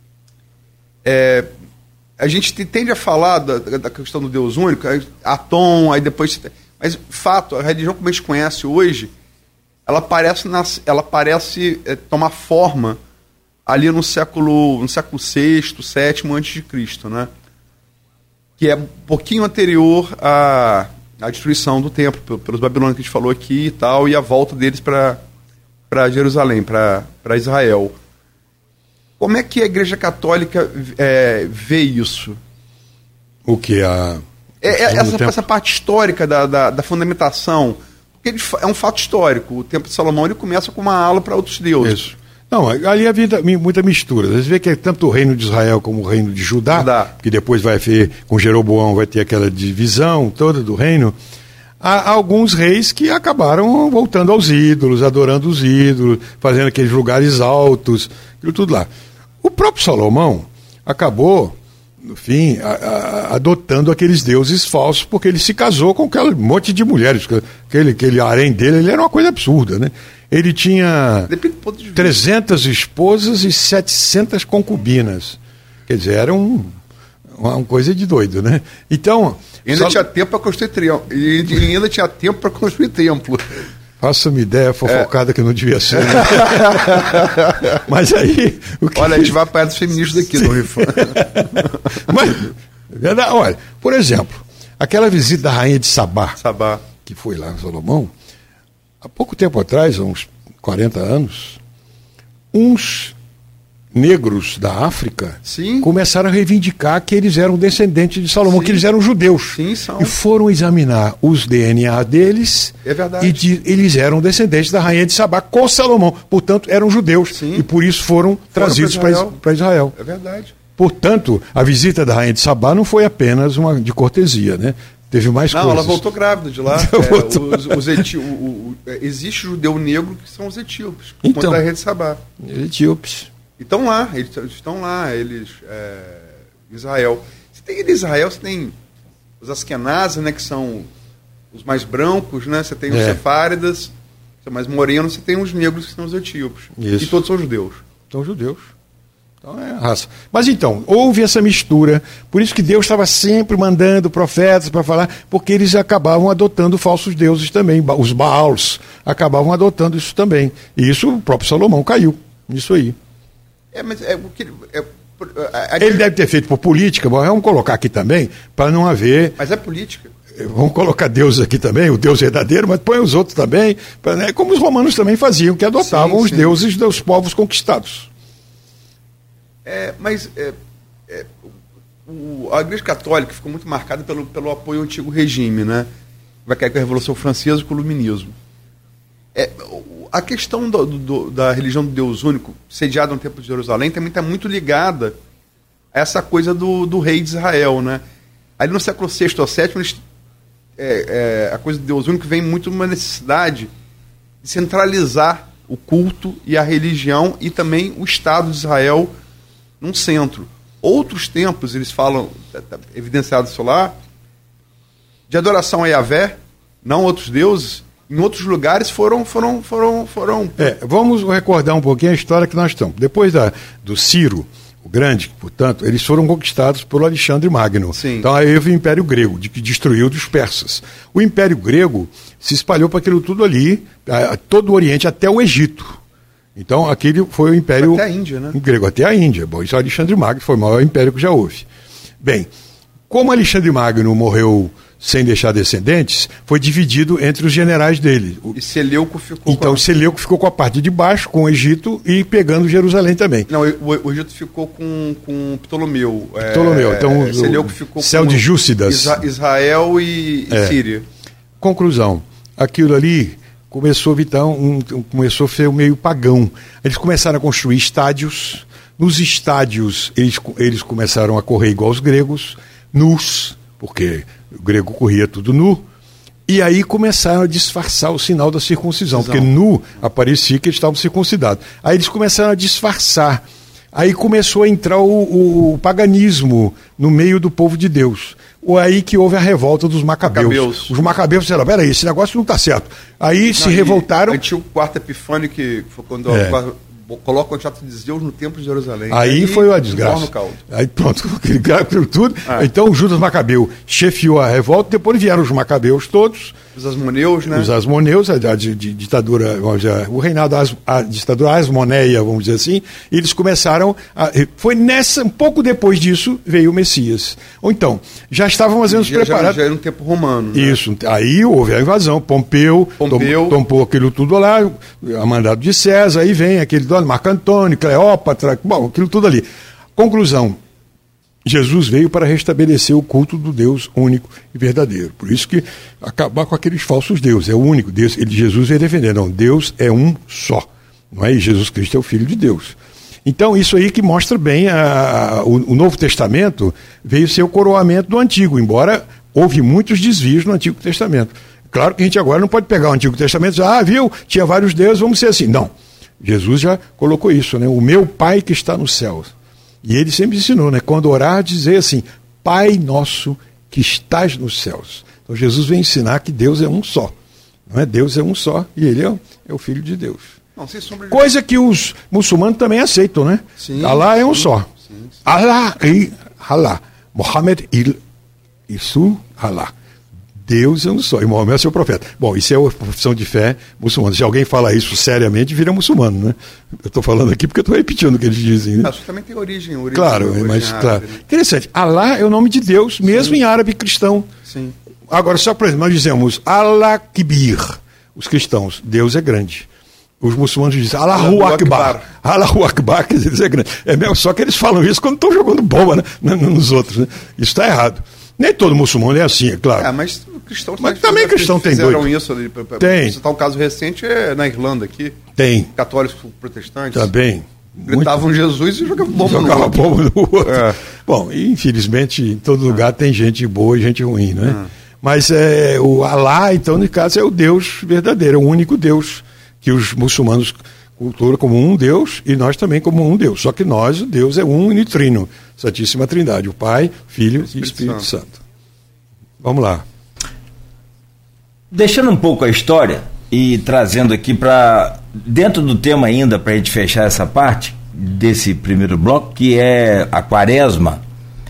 A gente tende a falar da questão do Deus único, Atom, aí depois... Mas, fato, a religião como a gente conhece hoje, ela parece tomar forma ali no século VI, VII antes de Cristo, né? Que é um pouquinho anterior à destruição do templo pelos babilônios que a gente falou aqui e tal, e a volta deles para Jerusalém, para Israel. Como é que a Igreja Católica vê isso? O que? Essa parte histórica da fundamentação. Porque é um fato histórico. O Templo de Salomão ele começa com uma ala para outros deuses. Isso. Não, ali havia muita mistura. Às vezes vê que é tanto o reino de Israel como o reino de Judá, que depois vai ter, com Jeroboão, vai ter aquela divisão toda do reino. Há alguns reis que acabaram voltando aos ídolos, adorando os ídolos, fazendo aqueles lugares altos, aquilo tudo lá. O próprio Salomão acabou, no fim, adotando aqueles deuses falsos, porque ele se casou com aquele monte de mulheres. Aquele harém dele, ele era uma coisa absurda, né? Ele tinha 300 esposas e 700 concubinas. Quer dizer, era uma coisa de doido, né? Então... Tinha tempo para construir templo. E ainda tinha tempo para construir templo. Faça-me ideia fofocada que não devia ser. Né? Mas aí... Olha, a gente vai para dos feministas daqui no Rifan. Mas, olha, por exemplo, aquela visita da rainha de Sabá. que foi lá em Salomão, há pouco tempo atrás, há uns 40 anos, uns negros da África começaram a reivindicar que eles eram descendentes de Salomão, que eles eram judeus. Sim, são. E foram examinar os DNA deles. É verdade. E eles eram descendentes da rainha de Sabá com Salomão. Portanto, eram judeus. Sim. E por isso foram trazidos para Israel. É verdade. Portanto, a visita da rainha de Sabá não foi apenas uma de cortesia, né? Teve mais coisas. Não, ela voltou grávida de lá. Existe judeu negro que são os etíopes, por conta da rainha de Sabá. Etíopes. Estão lá, Israel. Você tem em Israel, você tem os Askenazes, né, que são os mais brancos, né? Você tem os sefáridas, que são mais morenos, você tem os negros que são os etíopes. Isso. E todos são judeus. São judeus. Então é a raça. Mas então, houve essa mistura, por isso que Deus estava sempre mandando profetas para falar, porque eles acabavam adotando falsos deuses também, os Baals acabavam adotando isso também. E isso o próprio Salomão caiu nisso aí. Ele deve ter feito por política, mas vamos colocar aqui também, para não haver... Mas é política. Vamos colocar Deus aqui também, o Deus verdadeiro, mas põe os outros também, né, como os romanos também faziam, que adotavam os deuses dos povos conquistados. A Igreja Católica ficou muito marcada pelo apoio ao antigo regime, né? Vai cair com a Revolução Francesa e com o Iluminismo. A questão da religião do Deus único, sediada no Templo de Jerusalém, também está muito ligada a essa coisa do rei de Israel, né? Ali no século VI ou VII, a coisa do Deus único vem muito uma necessidade de centralizar o culto e a religião e também o Estado de Israel num centro. Outros templos, eles falam, evidenciado isso lá, de adoração a Yahvé, não outros deuses, em outros lugares foram... Vamos recordar um pouquinho a história que nós estamos. Depois do Ciro, o Grande, portanto, eles foram conquistados por Alexandre Magno. Sim. Então aí houve o Império Grego, que destruiu dos persas. O Império Grego se espalhou para aquilo tudo ali, todo o Oriente, até o Egito. Então aquele foi o Império até a Índia, né? Grego, até a Índia. Bom, isso é Alexandre Magno, foi o maior império que já houve. Bem, como Alexandre Magno morreu sem deixar descendentes, foi dividido entre os generais dele. E Seleuco ficou Seleuco ficou com a parte de baixo, com o Egito e pegando Jerusalém também. Não, o Egito ficou com Ptolomeu. Então Seleuco ficou Céu de Júcidas. Israel e Síria. Conclusão, aquilo ali começou a ser meio pagão. Eles começaram a construir estádios. Nos estádios, eles começaram a correr igual os gregos, nus, porque o grego corria tudo nu, e aí começaram a disfarçar o sinal da circuncisão, porque nu aparecia que eles estavam circuncidados. Aí eles começaram a disfarçar. Aí começou a entrar o paganismo no meio do povo de Deus. Ou aí que houve a revolta dos macabeus. Os macabeus disseram, peraí, esse negócio não está certo. Aí se revoltaram... Aí tinha o quarto Epifânio, que foi quando... Coloca o teatro de Zeus no Templo de Jerusalém. Aí foi a desgraça. Aí pronto, tudo. Então o Judas Macabeu chefiou a revolta, depois vieram os macabeus todos. Os asmoneus, né? Os asmoneus, a ditadura, vamos dizer, o reinado, a ditadura asmoneia, vamos dizer assim, e eles começaram foi um pouco depois disso, veio o Messias. Ou então, já estavam fazendo os preparados. Já era um tempo romano. Né? Isso, aí houve a invasão, Pompeu tomou aquilo tudo lá, a mandado de César, aí vem aquele Marco Antônio, Cleópatra, bom, aquilo tudo ali. Conclusão, Jesus veio para restabelecer o culto do Deus único e verdadeiro. Por isso que acabar com aqueles falsos deuses, é o único Deus. Jesus veio defender, não, Deus é um só, não é? E Jesus Cristo é o Filho de Deus. Então isso aí que mostra bem, o Novo Testamento veio ser o coroamento do Antigo, embora houve muitos desvios no Antigo Testamento. Claro que a gente agora não pode pegar o Antigo Testamento e dizer, viu, tinha vários deuses, vamos ser assim. Não. Jesus já colocou isso, né? O meu Pai que está nos céus. E ele sempre ensinou, né? Quando orar, dizer assim, Pai nosso que estás nos céus. Então Jesus vem ensinar que Deus é um só. Não é? Deus é um só e ele é o Filho de Deus. Não, sem sombra de... Coisa que os muçulmanos também aceitam, né? Sim, Allah é um só. Sim. Allah e Allah. Mohammed Isu Allah. Deus é um só, e Maomé é seu profeta. Bom, isso é uma profissão de fé muçulmana. Se alguém fala isso seriamente, vira muçulmano, né? Eu estou falando aqui porque eu estou repetindo o que eles dizem. Né? Isso também tem origem claro, mas árabe, claro. né? Interessante. Allah é o nome de Deus, mesmo em árabe cristão. Sim. Agora, só por exemplo, nós dizemos Allah Kibir, os cristãos, Deus é grande. Os muçulmanos dizem Allahu Akbar. Allahu Akbar, quer dizer, Deus é grande. É mesmo, só que eles falam isso quando estão jogando bomba, né, nos outros. Né? Isso está errado. Nem todo muçulmano é assim, é claro. Mas cristãos também cristão tem doido. Isso ali. Tem. Citar um caso recente na Irlanda aqui. Tem. Católicos protestantes. Também. Gritavam Jesus e jogavam bomba no outro. Bom, infelizmente, em todo lugar tem gente boa e gente ruim, né? Mas o Alá, então, no caso, é o Deus verdadeiro, é o único Deus que os muçulmanos cultuam como um Deus e nós também como um Deus. Só que nós, o Deus é um e trino, Santíssima Trindade, o Pai, Filho e Espírito Santo. Vamos lá. Deixando um pouco a história e trazendo aqui para dentro do tema ainda, para a gente fechar essa parte desse primeiro bloco, que é a quaresma.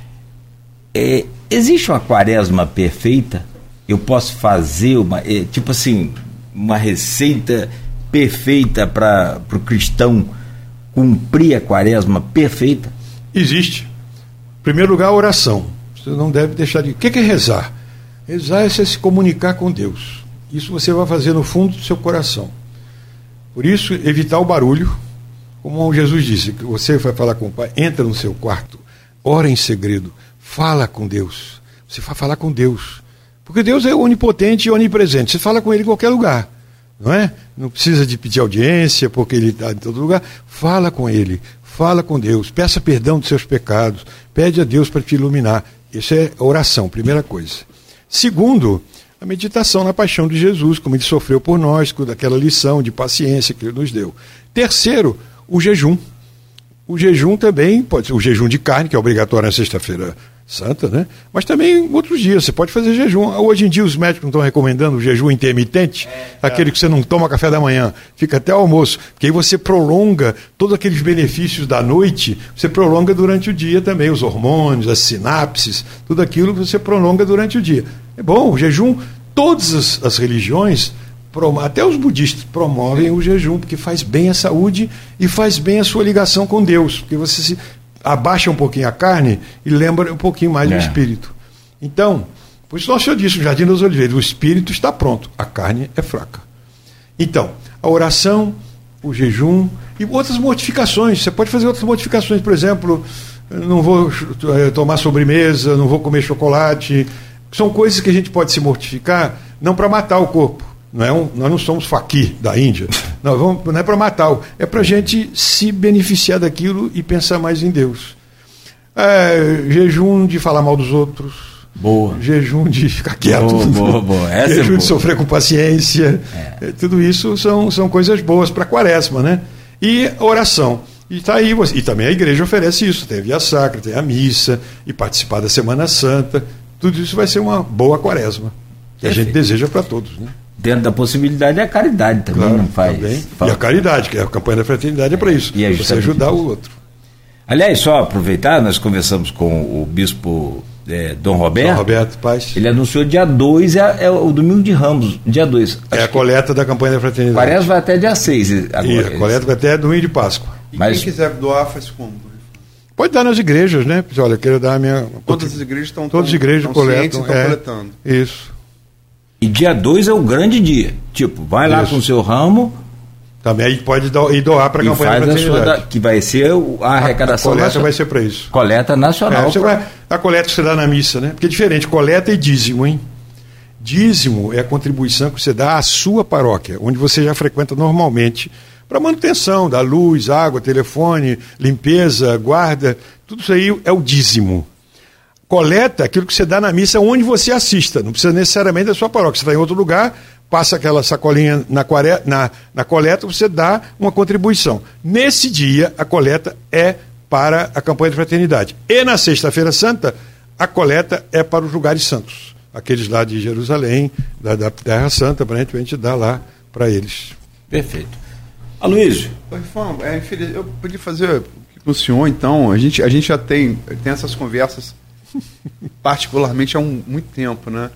Existe uma quaresma perfeita? Eu posso fazer tipo assim, uma receita perfeita para o cristão cumprir a quaresma perfeita? Existe. Em primeiro lugar, a oração. Você não deve deixar de... O que é rezar? Rezar é você se comunicar com Deus. Isso você vai fazer no fundo do seu coração. Por isso, evitar o barulho. Como Jesus disse, que você vai falar com o Pai, entra no seu quarto, ora em segredo, fala com Deus. Você vai falar com Deus. Porque Deus é onipotente e onipresente. Você fala com Ele em qualquer lugar. Não é? Não precisa de pedir audiência, porque Ele está em todo lugar. Fala com Ele, fala com Deus, peça perdão dos seus pecados, pede a Deus para te iluminar. Isso é oração, primeira coisa. Segundo, a meditação na paixão de Jesus, como Ele sofreu por nós, com aquela lição de paciência que Ele nos deu. Terceiro, o jejum. O jejum também pode ser o jejum de carne, que é obrigatório na sexta-feira santa, né? Mas também em outros dias, você pode fazer jejum. Hoje em dia os médicos não estão recomendando o jejum intermitente, aquele que você não toma café da manhã, fica até o almoço, porque aí você prolonga todos aqueles benefícios da noite, você prolonga durante o dia também, os hormônios, as sinapses, tudo aquilo você prolonga durante o dia. É bom, o jejum, todas as religiões, até os budistas promovem o jejum, porque faz bem à saúde e faz bem a sua ligação com Deus, porque você se abaixa um pouquinho a carne e lembra um pouquinho mais do espírito. Então, por isso o Senhor disse no Jardim das Oliveiras, o espírito está pronto, a carne é fraca. Então, a oração, o jejum e outras modificações. Você pode fazer outras modificações, por exemplo, não vou tomar sobremesa, não vou comer chocolate. São coisas que a gente pode se mortificar, não para matar o corpo. Nós não somos faqui da Índia. Não é para matar, é para a gente se beneficiar daquilo e pensar mais em Deus. Jejum de falar mal dos outros. Boa. Jejum de ficar quieto. Boa. Essa jejum de sofrer com paciência. Tudo isso são coisas boas para a quaresma, né? E oração. E tá aí, e também a igreja oferece isso. Tem a Via Sacra, tem a missa, e participar da Semana Santa. Tudo isso vai ser uma boa quaresma. Que a gente deseja para todos, né? Dentro da possibilidade é a caridade também, claro, não faz. Também. E a caridade, que é a campanha da fraternidade, é para isso. E você ajudar o outro. Aliás, só aproveitar, nós conversamos com o bispo Dom Roberto. Dom Roberto Paz. Ele anunciou dia 2, é o domingo de Ramos, dia 2. É a coleta da campanha da fraternidade. Parece que vai até dia 6 agora. E a coleta vai até domingo de Páscoa. E quem quiser doar, faz como? Pode dar nas igrejas, né? Olha, eu quero dar a minha... Todas as igrejas estão coletam. coletando. Isso. E dia 2 é o grande dia. Tipo, vai lá com o seu ramo. Também aí pode doar para a campanha da fraternidade. Que vai ser a arrecadação. A coleta vai ser para isso. Coleta nacional. A coleta que você dá na missa, né? Porque é diferente, coleta e dízimo, hein? Dízimo é a contribuição que você dá à sua paróquia, onde você já frequenta normalmente, para manutenção da luz, água, telefone, limpeza, guarda, tudo isso aí é o dízimo. Coleta, aquilo que você dá na missa onde você assista, não precisa necessariamente da sua paróquia. Você está em outro lugar, passa aquela sacolinha na coleta, você dá uma contribuição. Nesse dia, a coleta é para a campanha de fraternidade. E na Sexta-feira Santa, a coleta é para os lugares santos. Aqueles lá de Jerusalém, da Terra Santa, para a gente dar lá para eles. Perfeito. Aloysio. Eu podia fazer o senhor, então, a gente já tem essas conversas particularmente há muito tempo, né?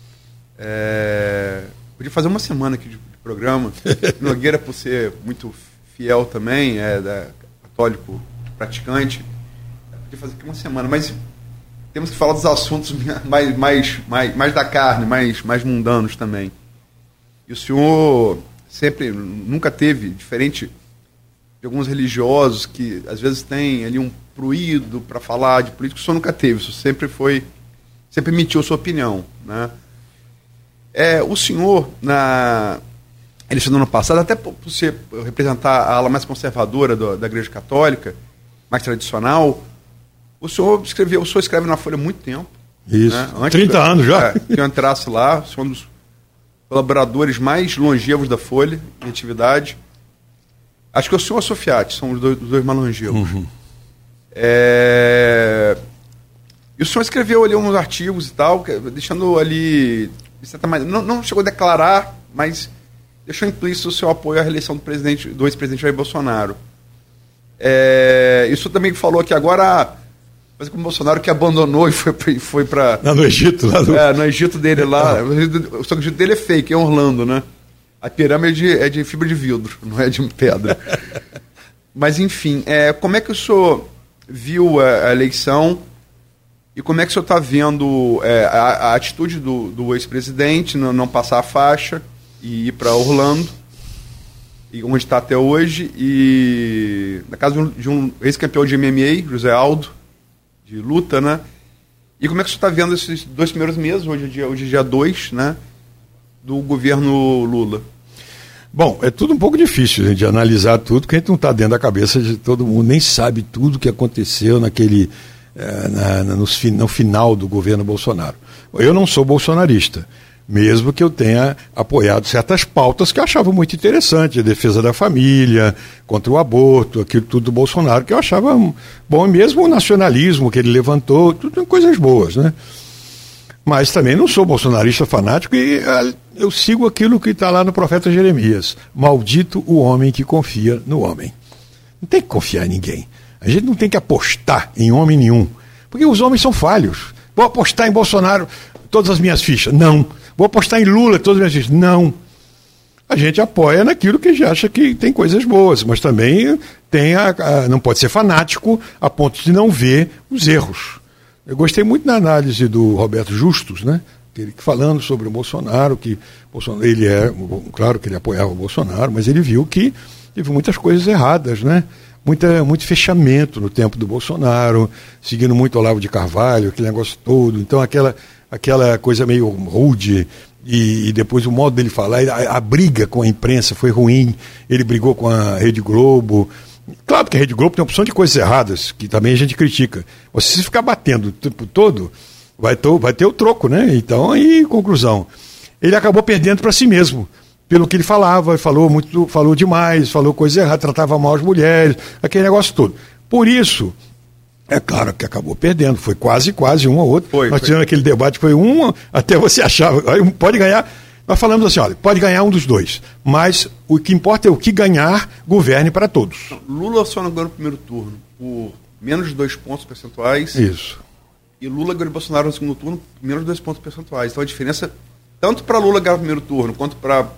Podia fazer uma semana aqui de programa. Nogueira, por ser muito fiel também, católico praticante, podia fazer aqui uma semana, mas temos que falar dos assuntos mais da carne, mais mundanos também. E o senhor nunca teve, diferente de alguns religiosos que às vezes tem ali um pruído para falar de política, o senhor nunca teve, isso sempre emitiu sua opinião, né? O senhor, na eleição do ano passado, até por você representar a ala mais conservadora da Igreja Católica, mais tradicional, o senhor escreve na Folha há muito tempo. Isso, né? Antes 30 anos já. Que eu entrasse lá, o senhor é um dos colaboradores mais longevos da Folha, em atividade. Acho que o senhor e a Sofiati são os dois mais longevos. Uhum. E o senhor escreveu ali uns artigos e tal, deixando ali, de certa maneira, não chegou a declarar, mas deixou implícito o seu apoio à reeleição do ex-presidente Jair Bolsonaro. Isso também falou que agora, mas como o Bolsonaro que abandonou e foi para... No Egito. No Egito dele lá. Só que o Egito dele é fake, é Orlando, né? A pirâmide é de fibra de vidro, não é de pedra. Mas, enfim, como é que o senhor viu a eleição e como é que o senhor está vendo a atitude do ex-presidente não passar a faixa e ir para Orlando, e onde está até hoje, e na casa de um ex-campeão de MMA, José Aldo, de luta, né? E como é que o senhor está vendo esses 2 primeiros meses, hoje é dia 2, né, do governo Lula? Bom, é tudo um pouco difícil, né, de analisar tudo, porque a gente não está dentro da cabeça de todo mundo, nem sabe tudo que aconteceu no final do governo Bolsonaro. Eu não sou bolsonarista, mesmo que eu tenha apoiado certas pautas que eu achava muito interessante, a defesa da família, contra o aborto, aquilo tudo do Bolsonaro, que eu achava bom, mesmo o nacionalismo que ele levantou, tudo coisas boas, né? Mas também não sou bolsonarista fanático e eu sigo aquilo que está lá no profeta Jeremias: maldito o homem que confia no homem. Não tem que confiar em ninguém. A gente não tem que apostar em homem nenhum, porque os homens são falhos. Vou apostar em Bolsonaro todas as minhas fichas? Não. Vou apostar em Lula todas as minhas fichas? Não. A gente apoia naquilo que a gente acha que tem coisas boas, mas também não pode ser fanático a ponto de não ver os erros. Eu gostei muito da análise do Roberto Justus, né? Falando sobre o Bolsonaro, claro que ele apoiava o Bolsonaro, mas ele viu que teve muitas coisas erradas, né? Muito fechamento no tempo do Bolsonaro, seguindo muito Olavo de Carvalho, aquele negócio todo. Então aquela coisa meio rude, e depois o modo dele falar, a briga com a imprensa foi ruim, ele brigou com a Rede Globo. Claro que a Rede Globo tem uma opção de coisas erradas, que também a gente critica. Mas se ficar batendo o tempo todo, vai ter o troco, né? Então, aí, conclusão, ele acabou perdendo para si mesmo, pelo que ele falava, falou demais, falou coisa errada, tratava mal as mulheres, aquele negócio todo. Por isso, é claro que acabou perdendo, foi quase um ou outro. Nós tivemos aquele debate, foi até você achava, pode ganhar. Nós falamos assim, olha, pode ganhar um dos dois, mas o que importa é o que ganhar, governe para todos. Lula só não ganhou no primeiro turno por menos de 2 pontos percentuais. Isso. E Lula ganhou Bolsonaro no segundo turno por menos de 2 pontos percentuais. Então a diferença, tanto para Lula ganhar no primeiro turno, quanto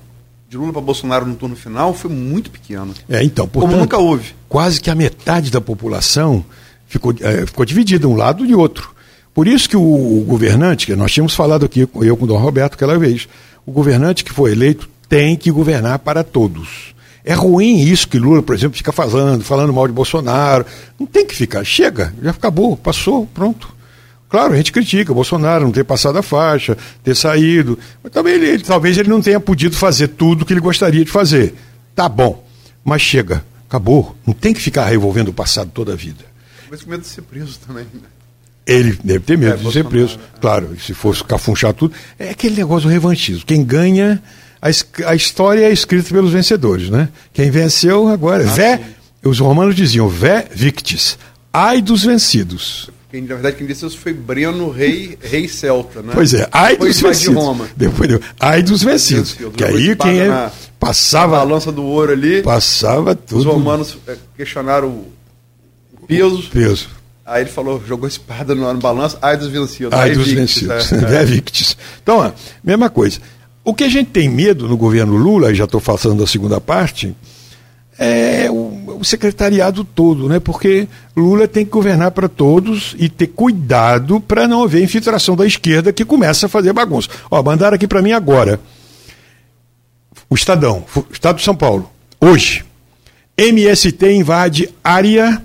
de Lula para Bolsonaro no turno final, foi muito pequena. Então, portanto, como nunca houve. Quase que a metade da população ficou dividida, um lado e outro. Por isso que o governante, que nós tínhamos falado aqui, eu com o Dom Roberto aquela vez, o governante que foi eleito tem que governar para todos. É ruim isso que Lula, por exemplo, fica falando mal de Bolsonaro. Não tem que ficar. Chega, já acabou, passou, pronto. Claro, a gente critica Bolsonaro não ter passado a faixa, ter saído. Mas também talvez ele não tenha podido fazer tudo o que ele gostaria de fazer. Tá bom, mas chega, acabou. Não tem que ficar revolvendo o passado toda a vida. Mas com medo de ser preso também, né? Ele deve ter medo de ser preso. Claro, se fosse cafunchar tudo. É aquele negócio do revanchismo. Quem ganha, a história é escrita pelos vencedores, né? Quem venceu agora. Os romanos diziam, victis, ai dos vencidos. Na verdade, quem disse isso foi Breno, rei celta, né? Pois é, ai dos vencidos. De Roma. Depois deu, ai dos vencidos. Que aí quem passava. A balança do ouro ali. Passava tudo. Os romanos questionaram o peso. Aí ele falou, jogou espada no balanço, ai dos vencidos. Ai dos vencidos. Victis. Então, mesma coisa. O que a gente tem medo no governo Lula, e já estou falando da segunda parte, é o secretariado todo, né? Porque Lula tem que governar para todos e ter cuidado para não haver infiltração da esquerda que começa a fazer bagunça. Ó, mandaram aqui para mim agora. O Estado de São Paulo, hoje, MST invade área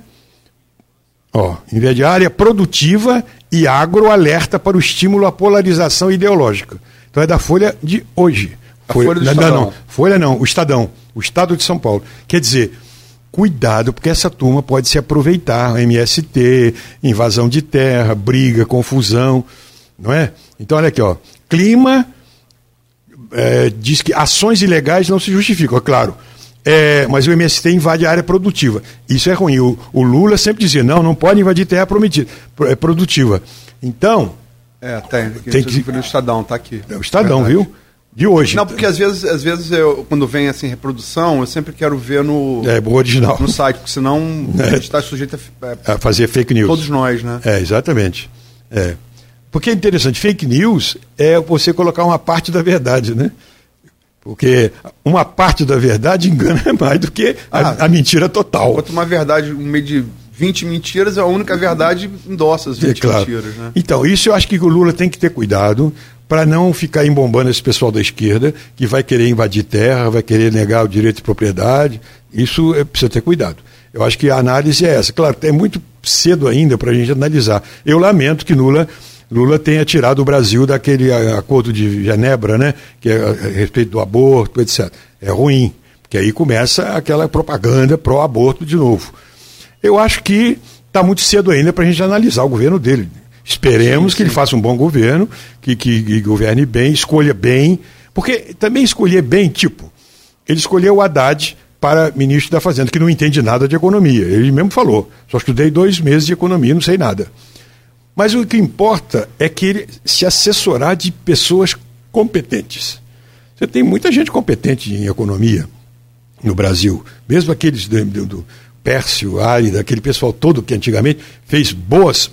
produtiva e agro alerta para o estímulo à polarização ideológica. Então é da Folha de hoje. Folha não, o Estadão, o Estado de São Paulo. Quer dizer, cuidado, porque essa turma pode se aproveitar, MST, invasão de terra, briga, confusão, não é? Então olha aqui, ó, clima diz que ações ilegais não se justificam, é claro. Mas o MST invade a área produtiva. Isso é ruim. O Lula sempre dizia, não pode invadir terra produtiva. Então... tem que... No Estadão, tá aqui. É o Estadão, viu? De hoje. Não, porque às vezes quando vem assim, reprodução, eu sempre quero ver no original. No site, porque senão a gente está sujeito a fazer fake news. Todos nós, né? Exatamente. Porque é interessante, fake news é você colocar uma parte da verdade, né? Porque uma parte da verdade engana mais do que a mentira total. Enquanto uma verdade, um meio de 20 mentiras, a única verdade endossa as 20 mentiras. Né? Então, isso eu acho que o Lula tem que ter cuidado para não ficar embombando esse pessoal da esquerda que vai querer invadir terra, vai querer negar o direito de propriedade. Isso precisa ter cuidado. Eu acho que a análise é essa. Claro, é muito cedo ainda para a gente analisar. Eu lamento que Lula tenha tirado o Brasil daquele acordo de Genebra, né? Que é a respeito do aborto, etc. É ruim, porque aí começa aquela propaganda pró-aborto de novo. Eu acho que está muito cedo ainda para a gente analisar o governo dele. Esperemos que ele faça um bom governo, que governe bem, escolha bem, porque também escolher bem, ele escolheu o Haddad para ministro da Fazenda, que não entende nada de economia. Ele mesmo falou, só estudei 2 meses de economia, não sei nada. Mas o que importa é que ele se assessorar de pessoas competentes. Você tem muita gente competente em economia no Brasil, mesmo aqueles do Pércio, Ari, daquele pessoal todo que antigamente fez bons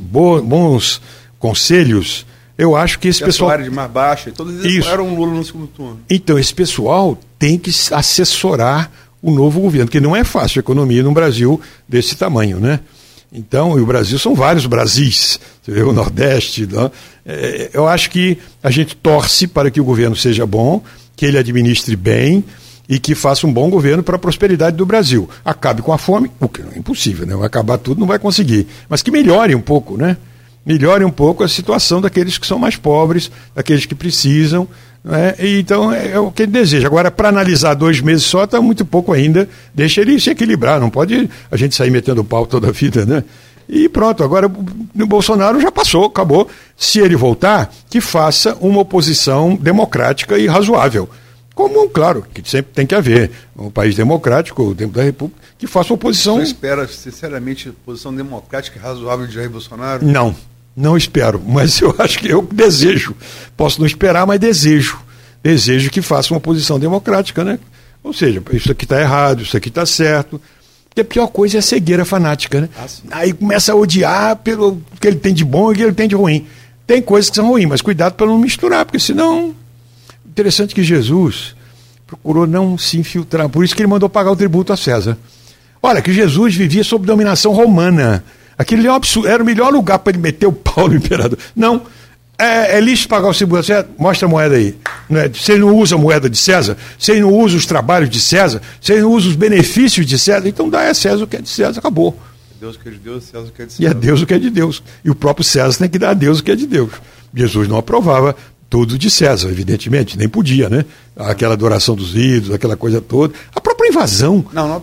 conselhos. Eu acho que esse pessoal... de mais baixa, todos eles eram Lula no segundo turno. Então, esse pessoal tem que assessorar o novo governo, porque não é fácil a economia num Brasil desse tamanho, né? Então, e o Brasil são vários Brasis, você vê o Nordeste. Né? Eu acho que a gente torce para que o governo seja bom, que ele administre bem e que faça um bom governo para a prosperidade do Brasil. Acabe com a fome, o que é impossível, né? Vai acabar tudo, não vai conseguir. Mas que melhore um pouco, né? Melhore um pouco a situação daqueles que são mais pobres, daqueles que precisam. Né? E então é o que ele deseja. Agora, para analisar 2 meses só, está muito pouco ainda. Deixa ele se equilibrar, não pode a gente sair metendo pau toda a vida, né? E pronto, agora o Bolsonaro já passou, acabou. Se ele voltar, que faça uma oposição democrática e razoável. Como, claro, que sempre tem que haver. Um país democrático, o tempo da República, que faça oposição... Você espera, sinceramente, posição democrática e razoável de Jair Bolsonaro? Não espero, mas eu acho que eu desejo. Posso não esperar, mas desejo. Desejo que faça uma posição democrática, né? Ou seja, isso aqui está errado, isso aqui está certo. Porque a pior coisa é a cegueira fanática, né? Aí começa a odiar pelo que ele tem de bom e o que ele tem de ruim. Tem coisas que são ruins, mas cuidado para não misturar, porque senão... Interessante que Jesus procurou não se infiltrar, por isso que ele mandou pagar o tributo a César. Olha, que Jesus vivia sob dominação romana. Aquele era o melhor lugar para ele meter o pau no imperador. Não, é lixo pagar o tributo a César. Mostra a moeda aí. Você não usa a moeda de César, você não usa os trabalhos de César, você não usa os benefícios de César, então dá a César o que é de César, acabou. Deus o que é de Deus, César o que é de César. E a Deus o que é de Deus. E o próprio César tem que dar a Deus o que é de Deus. Jesus não aprovava tudo de César, evidentemente, nem podia, né? Aquela adoração dos ídolos, aquela coisa toda. A própria invasão.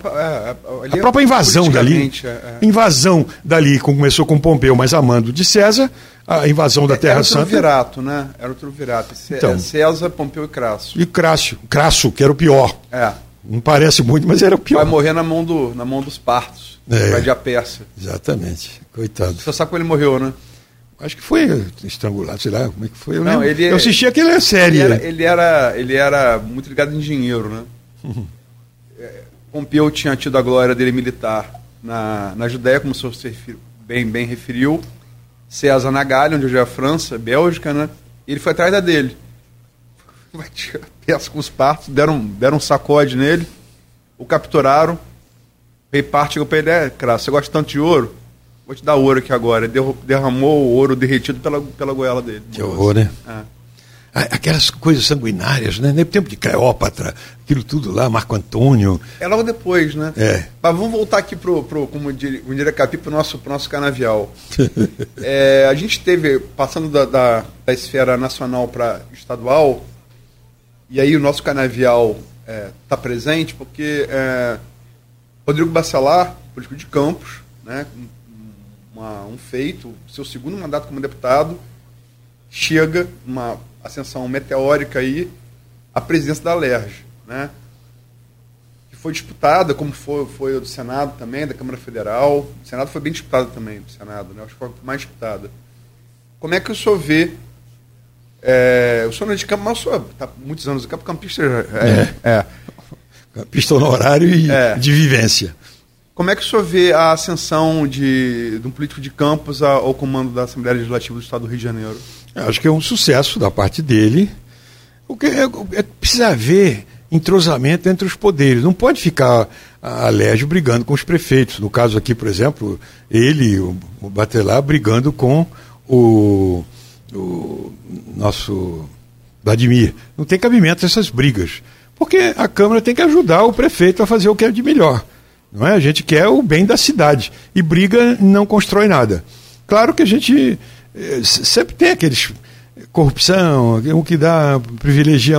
A própria invasão dali. Invasão dali, começou com Pompeu, mas amando de César, a invasão da Terra Santa. Era o triunvirato. Então, César, Pompeu e Crasso. E Crasso, que era o pior. Não parece muito, mas era o pior. Vai morrer na mão dos partos. Vai de a Pérsia. Exatamente. Coitado. Você sabe como ele morreu, né? Acho que foi estrangulado, sei lá como é que foi. Eu assisti aquela série. Ele era muito ligado em dinheiro, né? Pompeu tinha tido a glória dele militar na Judéia, como o senhor bem referiu. César na Gália, onde hoje é a França, Bélgica, né? E ele foi atrás da dele. Vai tirar peça com os partos, deram um sacode nele, o capturaram, Pay Part chegou para ele, Crasso, você gosta tanto de ouro? Vou te dar ouro aqui agora. Ele derramou o ouro derretido pela goela dele. Que horror, né? Aquelas coisas sanguinárias, né? No tempo de Cleópatra, aquilo tudo lá, Marco Antônio. É logo depois, né? É. Mas vamos voltar aqui como diria Capi, pro nosso tá a gente teve, passando da esfera nacional para estadual, e aí o nosso canavial está presente, porque Rodrigo Bacelar, político de Campos, né? Um feito, seu segundo mandato como deputado, chega uma ascensão meteórica aí à presidência da Alerj, né? Que foi disputada, como foi do Senado também, da Câmara Federal. O Senado foi bem disputado também, do Senado, né? Acho que foi mais disputada. Como é que o senhor vê? O senhor não é de campo, mas o senhor está muitos anos no campo, campista. Campista honorário e de vivência. Como é que o senhor vê a ascensão de um político de Campos ao comando da Assembleia Legislativa do Estado do Rio de Janeiro? Acho que é um sucesso da parte dele. O que precisa haver entrosamento entre os poderes. Não pode ficar a Alerj brigando com os prefeitos. No caso aqui, por exemplo, ele, o Bacelar, brigando com o nosso Vladimir. Não tem cabimento essas brigas. Porque a Câmara tem que ajudar o prefeito a fazer o que é de melhor. Não é? A gente quer o bem da cidade. E briga não constrói nada. Claro que a gente sempre tem aqueles corrupção, um que privilegia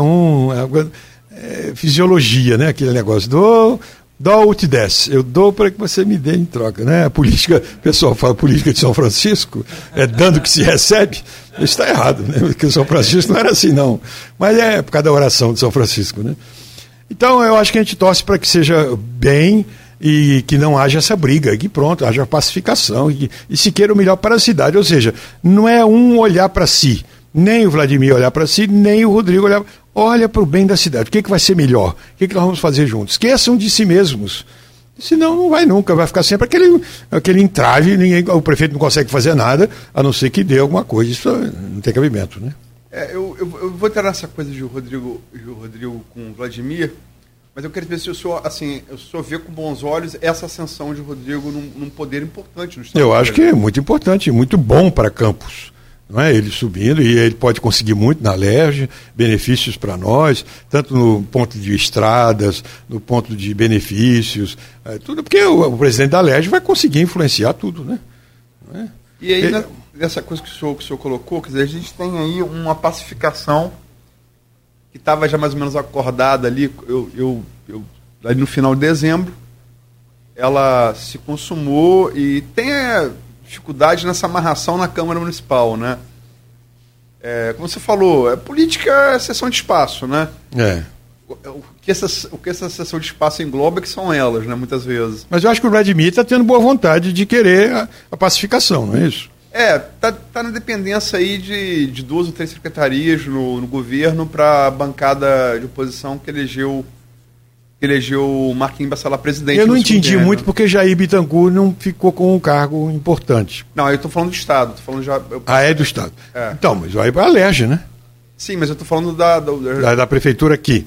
fisiologia, né? Aquele negócio dou ou te desce. Eu dou para que você me dê em troca, né? A política, o pessoal fala política de São Francisco, dando que se recebe. Isso está errado, né? Porque São Francisco não era assim, não. Mas é por causa da oração de São Francisco, né? Então eu acho que a gente torce para que seja bem e que não haja essa briga, que pronto, haja pacificação e se queira o melhor para a cidade. Ou seja, não é um olhar para si, nem o Vladimir olhar para si, nem o Rodrigo olha para o bem da cidade. O que vai ser melhor? O que nós vamos fazer juntos? Esqueçam de si mesmos. Senão não vai nunca, vai ficar sempre aquele entrave, o prefeito não consegue fazer nada, a não ser que dê alguma coisa. Isso não tem cabimento, né? Eu vou entrar nessa coisa de Rodrigo com o Vladimir, mas eu quero ver se o senhor vê com bons olhos essa ascensão de Rodrigo num poder importante no Estado. Eu acho que é muito importante, muito bom para Campos. Não é? Ele subindo, e ele pode conseguir muito na Alerj, benefícios para nós, tanto no ponto de estradas, no ponto de benefícios, tudo, porque o presidente da Alerj vai conseguir influenciar tudo, né? Não é? E aí, nessa coisa que o senhor colocou, quer dizer, a gente tem aí uma pacificação que estava já mais ou menos acordada ali, ali no final de dezembro, ela se consumou e tem dificuldade nessa amarração na Câmara Municipal, né? Como você falou, política é cessão de espaço, né? O que essa cessão de espaço engloba que são elas, né? Muitas vezes. Mas eu acho que o Vladimir está tendo boa vontade de querer a pacificação, não é isso? Tá na dependência aí de 2 ou 3 secretarias no governo para a bancada de oposição que elegeu o Marquinhos Bacelar presidente. Eu não entendi muito porque Jair Bittencourt não ficou com um cargo importante. Não, eu estou falando do Estado. É do Estado. Então, mas vai para a Alerj, né? Sim, mas eu estou falando da prefeitura aqui.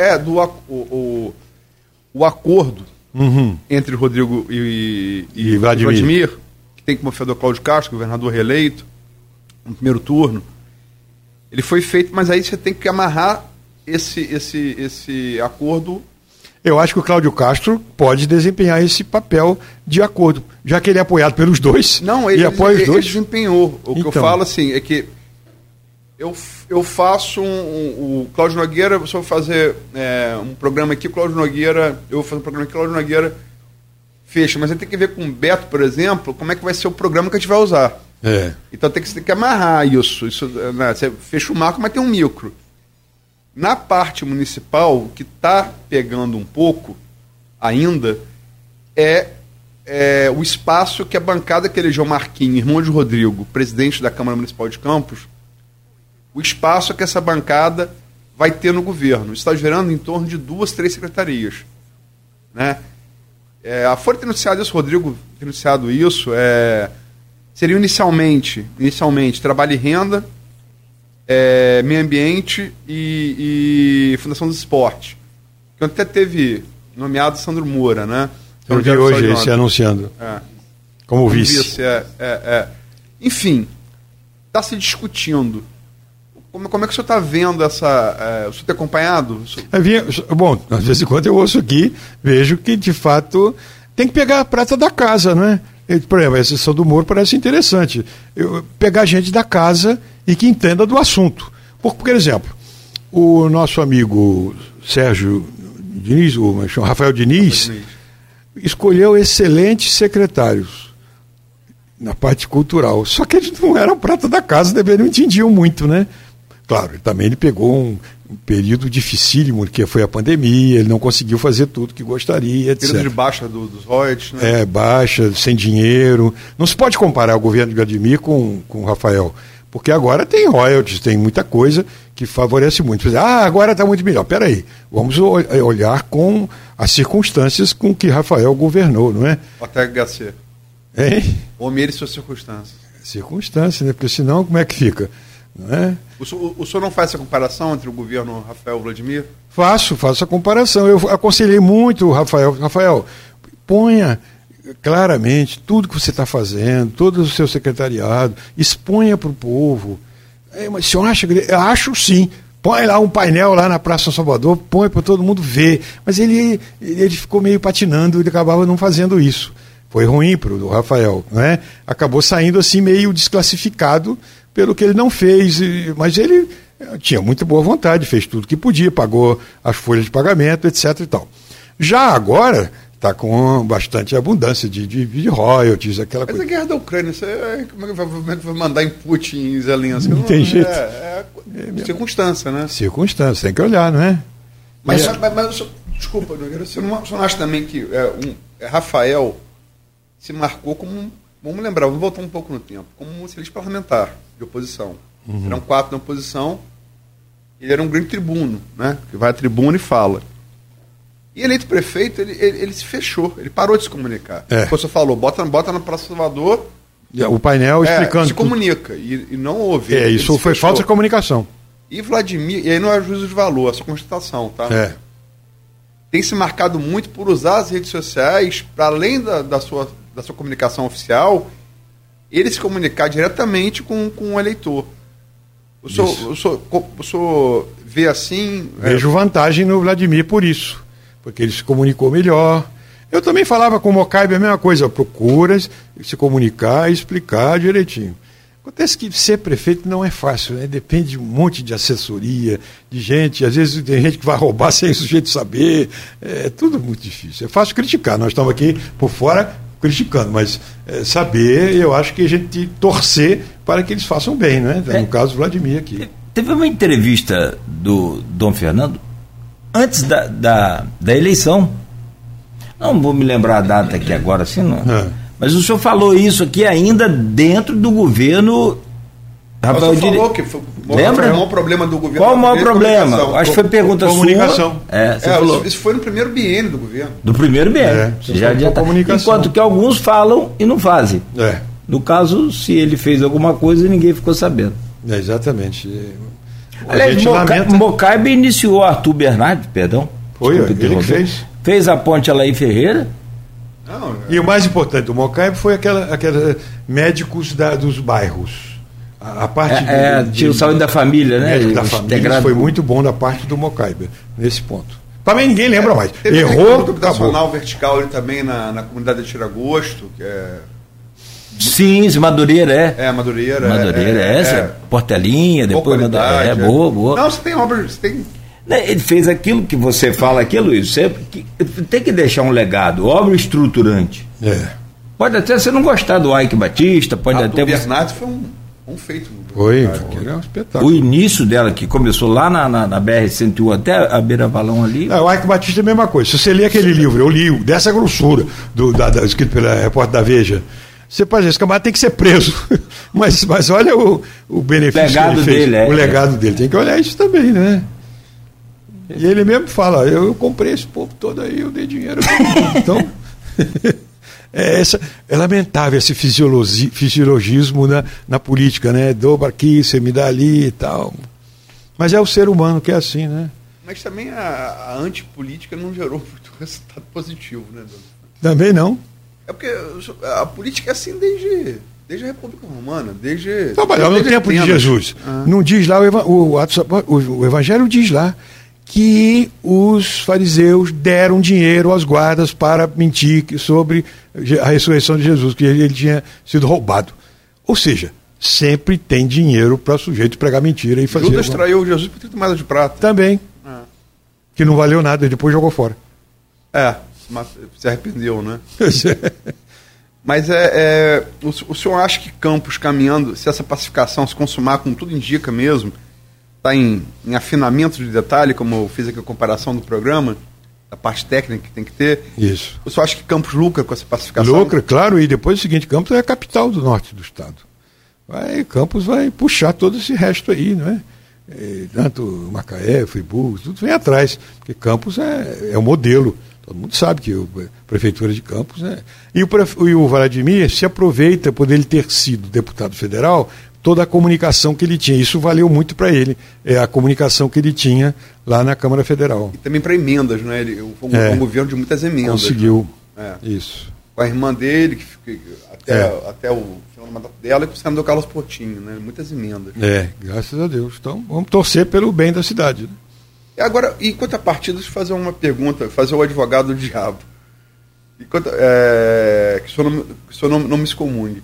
O acordo entre Rodrigo e Vladimir, que tem como fiador Cláudio Castro, governador reeleito, no primeiro turno. Ele foi feito, mas aí você tem que amarrar esse acordo. Eu acho que o Cláudio Castro pode desempenhar esse papel de acordo, já que ele é apoiado pelos dois. Não, ele desempenhou. O que eu falo assim é que eu faço o Cláudio Nogueira, eu vou fazer um programa aqui, eu vou fazer um programa aqui, o Cláudio Nogueira fecha, mas aí tem que ver com o Beto, por exemplo, como é que vai ser o programa que a gente vai usar. Então tem que amarrar isso né? Você fecha o macro, mas tem um micro. Na parte municipal, que está pegando um pouco ainda, o espaço que a bancada que elegeu Marquinhos, irmão de Rodrigo, presidente da Câmara Municipal de Campos, o espaço que essa bancada vai ter no governo. Isso está gerando em torno de 2, 3 secretarias. Né? A Folha tem anunciado isso, o Rodrigo tem anunciado isso, seria inicialmente trabalho e renda, meio ambiente e Fundação do Esporte. Que até teve nomeado Sandro Moura, né? Eu vi hoje se anunciando. Como vice. Enfim, está se discutindo. Como é que o senhor está vendo essa... o senhor tem acompanhado? Bom, às vezes em quando eu ouço aqui, vejo que, de fato, tem que pegar a prata da casa, não é? Por exemplo, a exceção do Moro parece interessante. Pegar gente da casa e que entenda do assunto. Por exemplo, o nosso amigo Sérgio Diniz, o Rafael Diniz, escolheu excelentes secretários na parte cultural. Só que eles não eram prata da casa, não entendiam muito, né? Claro, também ele pegou um período dificílimo, que foi a pandemia, ele não conseguiu fazer tudo que gostaria, etc. Período de baixa dos royalties, né? Baixa, sem dinheiro. Não se pode comparar o governo de Vladimir com o Rafael, porque agora tem royalties, tem muita coisa que favorece muito. Agora está muito melhor. Peraí, vamos olhar com as circunstâncias com que Rafael governou, não é? O HC. Hein? Homem e suas circunstâncias. Circunstâncias, né? Porque senão como é que fica? Não é? O senhor não faz essa comparação entre o governo Rafael e Vladimir? Faço a comparação. Eu aconselhei muito o Rafael, ponha claramente tudo que você está fazendo, todo o seu secretariado, exponha para o povo. Mas o senhor acha que... Eu acho sim. Põe lá um painel lá na Praça São Salvador, põe para todo mundo ver. Mas ele ficou meio patinando, ele acabava não fazendo isso. Foi ruim para o Rafael, né? Acabou saindo assim meio desclassificado pelo que ele não fez, mas ele tinha muita boa vontade, fez tudo que podia, pagou as folhas de pagamento, etc. e tal. Já agora está com bastante abundância de royalties, aquela coisa. Mas a guerra da Ucrânia, como é que vai mandar input em Zelensky? Não tem jeito. Circunstância, né? Circunstância, tem que olhar, não é? Mas desculpa, você não acha também que Rafael se marcou como, vamos lembrar, vamos voltar um pouco no tempo, como um excelente parlamentar de oposição. Eram 4 na oposição, ele era um grande tribuno, né? Que vai à tribuna e fala. E eleito prefeito, ele se fechou, ele parou de se comunicar. O senhor falou, bota na Praça Salvador. O painel explicando. Se comunica, e não houve. Isso foi falta de comunicação. E Vladimir, e aí não é juízo de valor, é só constatação, tá? Tem se marcado muito por usar as redes sociais, para além da sua comunicação oficial, ele se comunicar diretamente com o eleitor. O senhor vê assim... Vejo vantagem no Vladimir por isso, porque ele se comunicou melhor. Eu também falava com o Mocaibe a mesma coisa, procura se comunicar e explicar direitinho. Acontece que ser prefeito não é fácil, né? Depende de um monte de assessoria, de gente, às vezes tem gente que vai roubar sem o sujeito saber, é tudo muito difícil. É fácil criticar, nós estamos aqui por fora criticando, mas saber, eu acho que a gente torcer para que eles façam bem, né? No caso do Vladimir aqui. Teve uma entrevista do Dom Fernando antes da eleição. Não vou me lembrar a data aqui agora, assim, não. Mas o senhor falou isso aqui ainda dentro do governo Rafael Diniz. Falou que foi lembra? O maior problema do governo. Qual o maior problema? Acho que foi pergunta comunicação. Sua. Isso foi no primeiro biênio do governo. Do primeiro biênio. Já tá. Enquanto que alguns falam e não fazem. No caso, se ele fez alguma coisa, ninguém ficou sabendo. Exatamente. Aliás, Mocaibe iniciou Arthur Bernardes, perdão. Foi, ele que fez. Fez a ponte lá em Ferreira. E o mais importante do Mocaibe foi aquela médicos dos bairros. A parte tinha o saúde da família, né? Médico da família foi muito bom da parte do Mocaibe, nesse ponto. Também ninguém lembra mais. Errou, acabou. Vertical ali também na comunidade de Tiragosto, que é... Sim, Madureira Madureira. Portelinha, depois boa. Não, você tem obras, Ele fez aquilo que você fala aqui, Luiz, tem que deixar um legado, obra estruturante. Pode até você não gostar do Ike Batista, pode até... O Bernardes foi um feito. Foi um espetáculo. O início dela, que começou lá na BR-101 até a Beira-Valão ali... O Ike Batista é a mesma coisa. Se você ler aquele livro, eu li dessa grossura, escrito pela repórter da Veja, você pode dizer, esse camarada tem que ser preso. mas olha o benefício legado que ele fez. Dele, o legado dele. Tem que olhar isso também, né? E ele mesmo fala, eu comprei esse povo todo aí, eu dei dinheiro. Então, é lamentável esse fisiologismo na política, né? Dobra aqui, você me dá ali e tal. Mas é o ser humano que é assim, né? Mas também a antipolítica não gerou muito resultado positivo, né, Também não. É porque a política é assim desde a República Romana, desde... Trabalhava no tempo de Jesus. Não diz lá, o Evangelho diz lá que os fariseus deram dinheiro às guardas para mentir sobre a ressurreição de Jesus, que ele tinha sido roubado. Ou seja, sempre tem dinheiro para o sujeito pregar mentira e fazer... Judas traiu Jesus por 30 moedas de prata. Também. Que não valeu nada e depois jogou fora. Se arrependeu, né? Mas o senhor acha que Campos caminhando, se essa pacificação se consumar, como tudo indica mesmo, está em afinamento de detalhe, como eu fiz aqui a comparação do programa, a parte técnica que tem que ter. Isso. O senhor acha que Campos lucra com essa pacificação? Lucra, claro, e depois o seguinte, Campos é a capital do norte do estado. Campos vai puxar todo esse resto aí, não é? Tanto Macaé, Friburgo, tudo vem atrás, porque Campos é o modelo. Todo mundo sabe que a prefeitura de Campos, né? E o Vladimir se aproveita por ele ter sido deputado federal, toda a comunicação que ele tinha. Isso valeu muito para ele, a comunicação que ele tinha lá na Câmara Federal. E também para emendas, né? Ele foi um governo de muitas emendas. Conseguiu. Né? Isso. Com a irmã dele, que até o final do mandato dela, e com o senador Carlos Portinho, né? Muitas emendas. Graças a Deus. Então, vamos torcer pelo bem da cidade. Né? Agora, em contrapartida, deixa eu fazer uma pergunta, fazer o advogado do diabo. Que o senhor não me excomungue.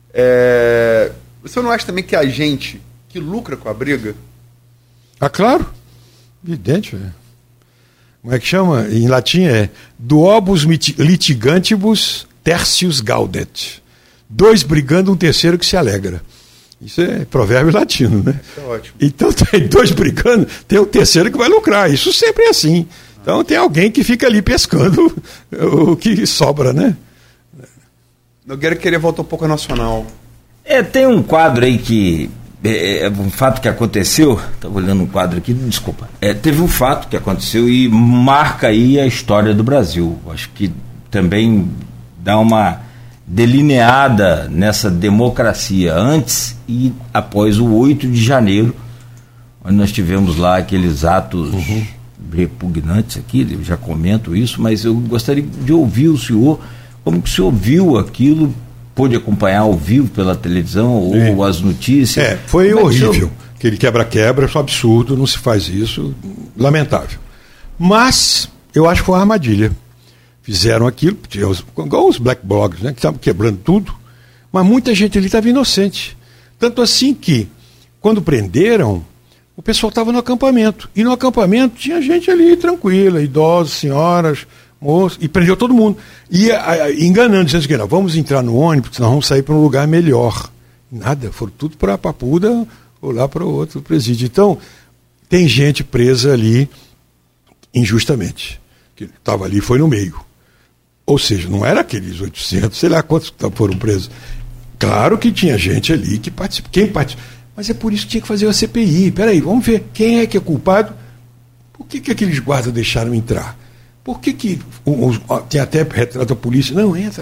O senhor não acha também que a gente que lucra com a briga? Claro. Evidente. Como é que chama? Em latim duobus litigantibus tertius gaudet. Dois brigando, um terceiro que se alegra. Isso é provérbio latino, né? Isso é ótimo. Então tem dois brigando, tem um terceiro que vai lucrar. Isso sempre é assim. Então tem alguém que fica ali pescando o que sobra, né? Nogueira queria voltar um pouco ao Nacional. Tem um quadro aí que... um fato que aconteceu, estava olhando um quadro aqui, desculpa. Teve um fato que aconteceu e marca aí a história do Brasil. Acho que também dá uma delineada nessa democracia antes e após o 8 de janeiro, onde nós tivemos lá aqueles atos repugnantes aqui, eu já comento isso, mas eu gostaria de ouvir o senhor, como que o senhor viu aquilo, pôde acompanhar ao vivo pela televisão ou as notícias? Foi horrível. Aquele quebra-quebra, é um absurdo, não se faz isso, lamentável. Mas eu acho que foi uma armadilha. Fizeram aquilo, igual os black blogs, né, que estavam quebrando tudo, mas muita gente ali estava inocente. Tanto assim que, quando prenderam, o pessoal estava no acampamento. E no acampamento tinha gente ali tranquila, idosos, senhoras, moços, e prendeu todo mundo. E enganando, dizendo que não, vamos entrar no ônibus, nós vamos sair para um lugar melhor. Nada, foram tudo para a Papuda ou lá para o outro presídio. Então, tem gente presa ali injustamente. Que estava ali, foi no meio. Ou seja, não era aqueles 800, sei lá quantos foram presos. Claro que tinha gente ali que participou. Quem participou? Mas é por isso que tinha que fazer a CPI. Peraí, vamos ver quem é que é culpado. Por que aqueles guardas deixaram entrar? Por que tem até retrato da polícia? Não, entra.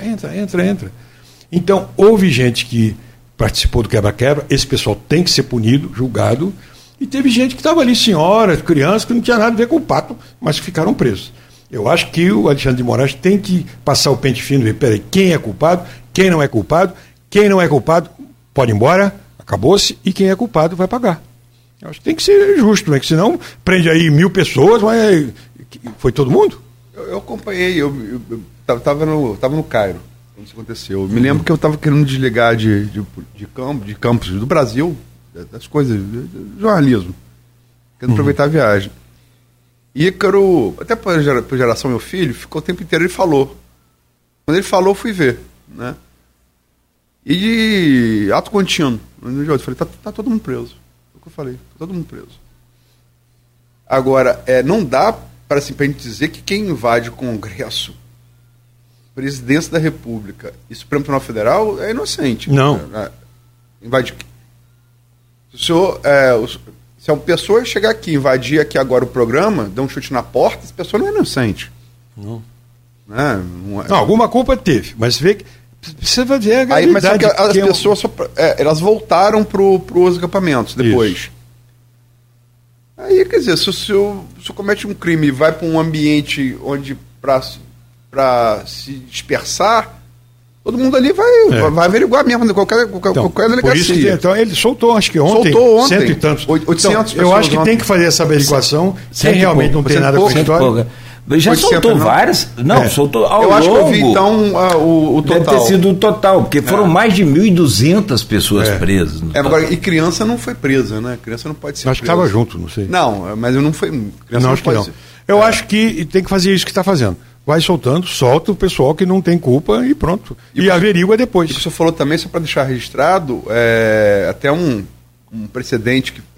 Então, houve gente que participou do quebra-quebra, esse pessoal tem que ser punido, julgado, e teve gente que estava ali, senhoras, crianças, que não tinha nada a ver com o pato, mas que ficaram presos. Eu acho que o Alexandre de Moraes tem que passar o pente fino e ver, peraí, quem é culpado, quem não é culpado pode ir embora, acabou-se, e quem é culpado vai pagar. Eu acho que tem que ser justo, né? Que senão prende aí 1.000 pessoas, mas foi todo mundo? Eu acompanhei, eu estava no Cairo quando isso aconteceu. Eu me lembro que eu estava querendo desligar de campos do Brasil, das coisas, de jornalismo, querendo aproveitar a viagem. Ícaro, até para geração meu filho, ficou o tempo inteiro, ele falou. Quando ele falou, eu fui ver, né? E de ato contínuo. Eu falei, tá todo mundo preso. É o que eu falei, tá todo mundo preso. Agora, não dá para simplesmente dizer que quem invade o Congresso, Presidência da República e Supremo Tribunal Federal é inocente. Não. Invade. Se uma pessoa chegar aqui, invadir aqui agora o programa, dar um chute na porta, essa pessoa não é inocente. Não. Não, alguma culpa teve, mas vê que você vai ver a realidade. Mas só que as pessoas elas voltaram para os acampamentos depois. Isso. Aí, quer dizer, se o comete um crime e vai para um ambiente onde para para se dispersar, todo mundo ali vai averiguar mesmo, qualquer delegacia. Por isso que, então, ele soltou, acho que ontem, cento e tantos. 800 então, eu acho que tem que fazer essa averiguação, quem realmente não tem nada com a história. Já soltou várias? Não, soltou ao longo. Eu acho que eu vi, então, o total. Deve ter sido o total, porque foram mais de 1.200 pessoas presas. Agora, e criança não foi presa, né? Criança não pode ser acho presa. que estava junto, não sei. Não, mas eu não fui. Criança não, acho que não. Eu acho que tem que fazer isso que está fazendo. Vai soltando, solta o pessoal que não tem culpa e pronto. E averigua depois. E o que você falou também, só para deixar registrado, até um precedente que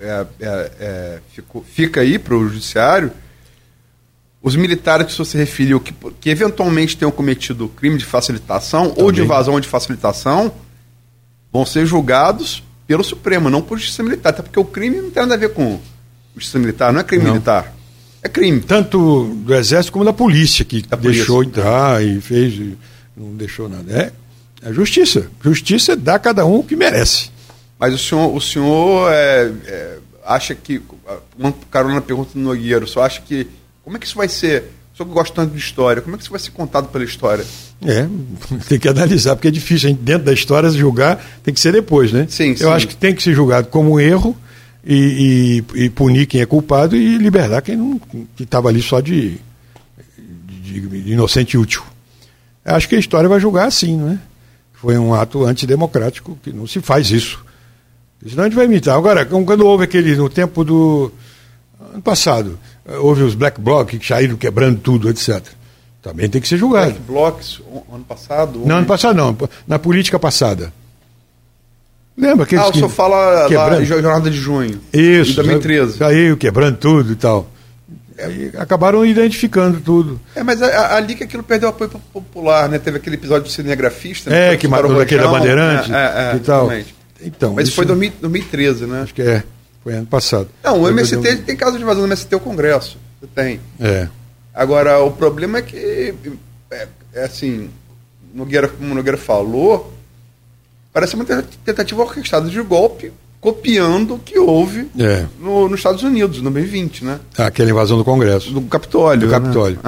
fica aí para o judiciário, os militares que você referiu que eventualmente tenham cometido crime de facilitação também, ou de invasão ou de facilitação, vão ser julgados pelo Supremo, não por justiça militar, até porque o crime não tem nada a ver com justiça militar, não é crime militar. É crime. Tanto do Exército como da polícia, que deixou entrar e fez, não deixou nada. É justiça. Justiça dá a cada um o que merece. Mas o senhor acha que, uma carona pergunta do Nogueira, só acha que, como é que isso vai ser, o senhor que gosta tanto de história, como é que isso vai ser contado pela história? Tem que analisar, porque é difícil, a gente, dentro da história, julgar, tem que ser depois, né? Sim. Eu acho que tem que ser julgado como um erro, e punir quem é culpado e libertar quem que estava ali só de inocente e útil. Eu acho que a história vai julgar assim, não é? Foi um ato antidemocrático, que não se faz isso. Senão a gente vai imitar. Agora, quando houve no tempo do ano passado, houve os Black Blocs que saíram quebrando tudo, etc. Também tem que ser julgado. Black Blocs, ano passado? Não, ano passado não, na política passada. Lembra que o senhor fala lá, Jornada de Junho. Isso. De 2013. Saiu quebrando tudo e tal. Aí acabaram identificando tudo. Mas ali que aquilo perdeu apoio popular, né? Teve aquele episódio do cinegrafista. Né? Que matou aquele da Bandeirante e tal. Então, mas isso foi 2013, né? Acho que foi ano passado. Não, o MST tem caso de invasão do MST ao Congresso. Tem. Agora, o problema é que, assim, como o Nogueira falou, parece uma tentativa orquestrada de golpe, copiando o que houve nos Estados Unidos, no 2020, né? Aquela invasão do Congresso. Do Capitólio. Do Capitólio.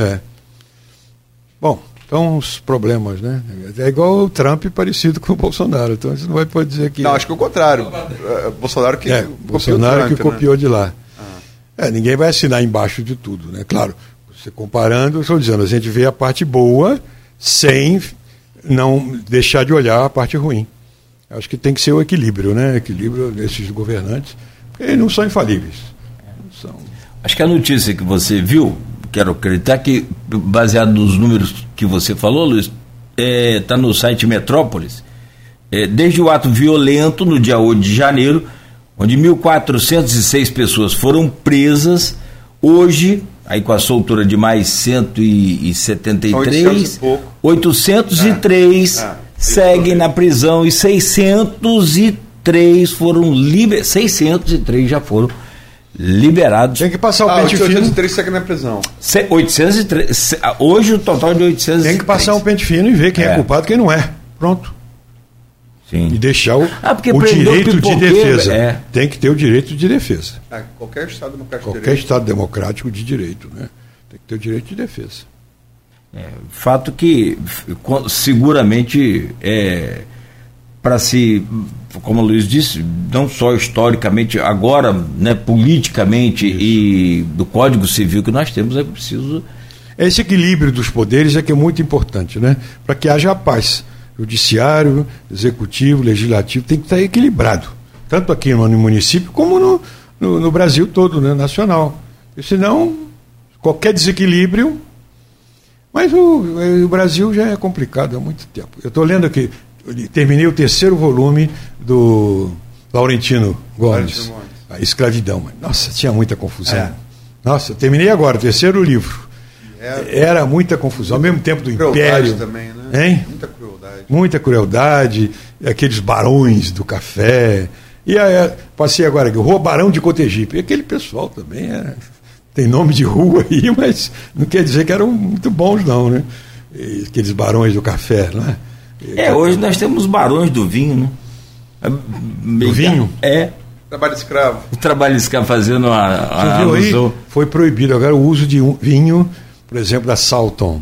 Bom, então os problemas, né? É igual o Trump parecido com o Bolsonaro, então você não vai poder dizer que... Não, acho que é o contrário. Bolsonaro que Bolsonaro que copiou de lá. Ninguém vai assinar embaixo de tudo, né? Claro, você comparando, eu estou dizendo, a gente vê a parte boa sem não deixar de olhar a parte ruim. Acho que tem que ser o equilíbrio, né? Equilíbrio desses governantes, porque eles não são infalíveis. Acho que a notícia que você viu, quero acreditar que, baseado nos números que você falou, Luiz, está no site Metrópolis, desde o ato violento no dia 8 de janeiro, onde 1.406 pessoas foram presas, hoje, aí com a soltura de mais 173, 803 seguem na prisão e 603 foram liberados. 603 já foram liberados. Tem que passar o pente fino. 803 seguem na prisão. 803, hoje o total de 803. Tem que passar um pente fino e ver quem é culpado e quem não é. Pronto. Sim. E deixar o direito de defesa. Tem que ter o direito de defesa. Qualquer Estado democrático. Qualquer Estado democrático de direito, né? Tem que ter o direito de defesa. Fato que seguramente para se, como o Luiz disse, não só historicamente, agora, né, politicamente e do Código Civil que nós temos, é preciso... Esse equilíbrio dos poderes é que é muito importante, né? Para que haja paz. Judiciário, executivo, legislativo tem que estar equilibrado, tanto aqui no município como no Brasil todo, né, nacional. Porque senão, qualquer desequilíbrio... Mas o Brasil já é complicado há muito tempo. Eu estou lendo aqui, terminei o 3º volume do Laurentino Gomes, A Escravidão. Nossa, tinha muita confusão. Nossa, terminei agora, o 3º livro. Era muita confusão, ao mesmo tempo do Império. Também, né? Hein? Muita crueldade, aqueles barões do café. E aí, passei agora aqui, o Barão de Cotegipe. E aquele pessoal também tem nome de rua aí, mas não quer dizer que eram muito bons, não, né? Aqueles barões do café, né? Hoje nós temos barões do vinho, né? Do vinho? Trabalho escravo. O trabalho escravo fazendo a alusão. Foi proibido agora o uso de vinho, por exemplo, da Salton,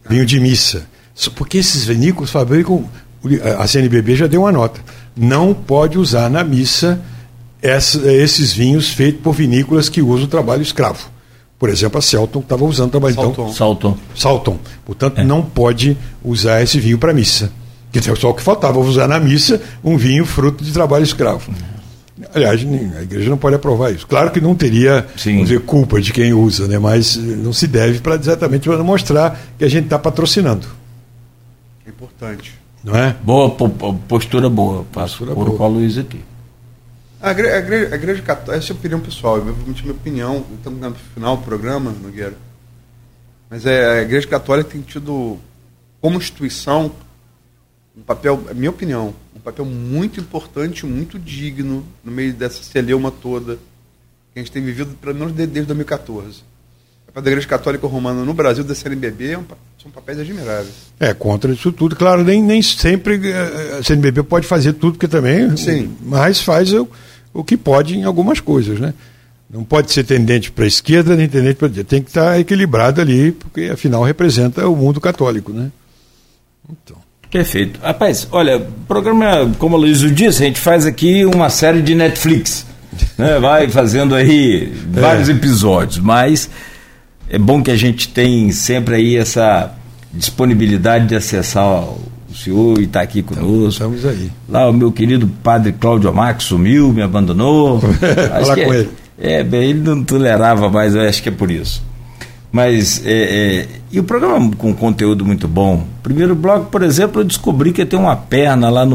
vinho de missa. Porque esses vinícolas fabricam, a CNBB já deu uma nota, não pode usar na missa esses vinhos feitos por vinícolas que usam trabalho escravo. Por exemplo, a Celton estava usando trabalho. Salton. Portanto, não pode usar esse vinho para missa. Que é só o que faltava, usar na missa um vinho fruto de trabalho escravo. Aliás, a igreja não pode aprovar isso. Claro que não teria, vamos dizer, culpa de quem usa, né? Mas não se deve exatamente para mostrar que a gente está patrocinando. É importante. Não é? Boa, postura boa. Passo por com a Luiz aqui. A igreja católica, essa é a opinião pessoal, minha opinião, estamos no final do programa, Nogueira, mas a igreja católica tem tido, como instituição, um papel, a minha opinião, um papel muito importante, muito digno no meio dessa celeuma toda que a gente tem vivido, pelo menos desde 2014. O papel da igreja católica romana no Brasil, da CNBB, são papéis admiráveis. Contra isso tudo. Claro, nem sempre a CNBB pode fazer tudo, porque também, mas faz o que pode em algumas coisas, né? Não pode ser tendente para a esquerda, nem tendente para a direita. Tem que estar equilibrado ali, porque afinal representa o mundo católico, né? Então. Perfeito. Rapaz, olha, o programa, como a Luiz disse, a gente faz aqui uma série de Netflix, né? Vai fazendo aí vários episódios, mas é bom que a gente tem sempre aí essa disponibilidade de acessar o senhor e estar aqui conosco. Estamos aí. Lá o meu querido padre Cláudio Amax sumiu, me abandonou. Falar com ele. Ele não tolerava mais, eu acho que é por isso. Mas, e o programa com conteúdo muito bom. Primeiro bloco, por exemplo, eu descobri que tem uma perna lá no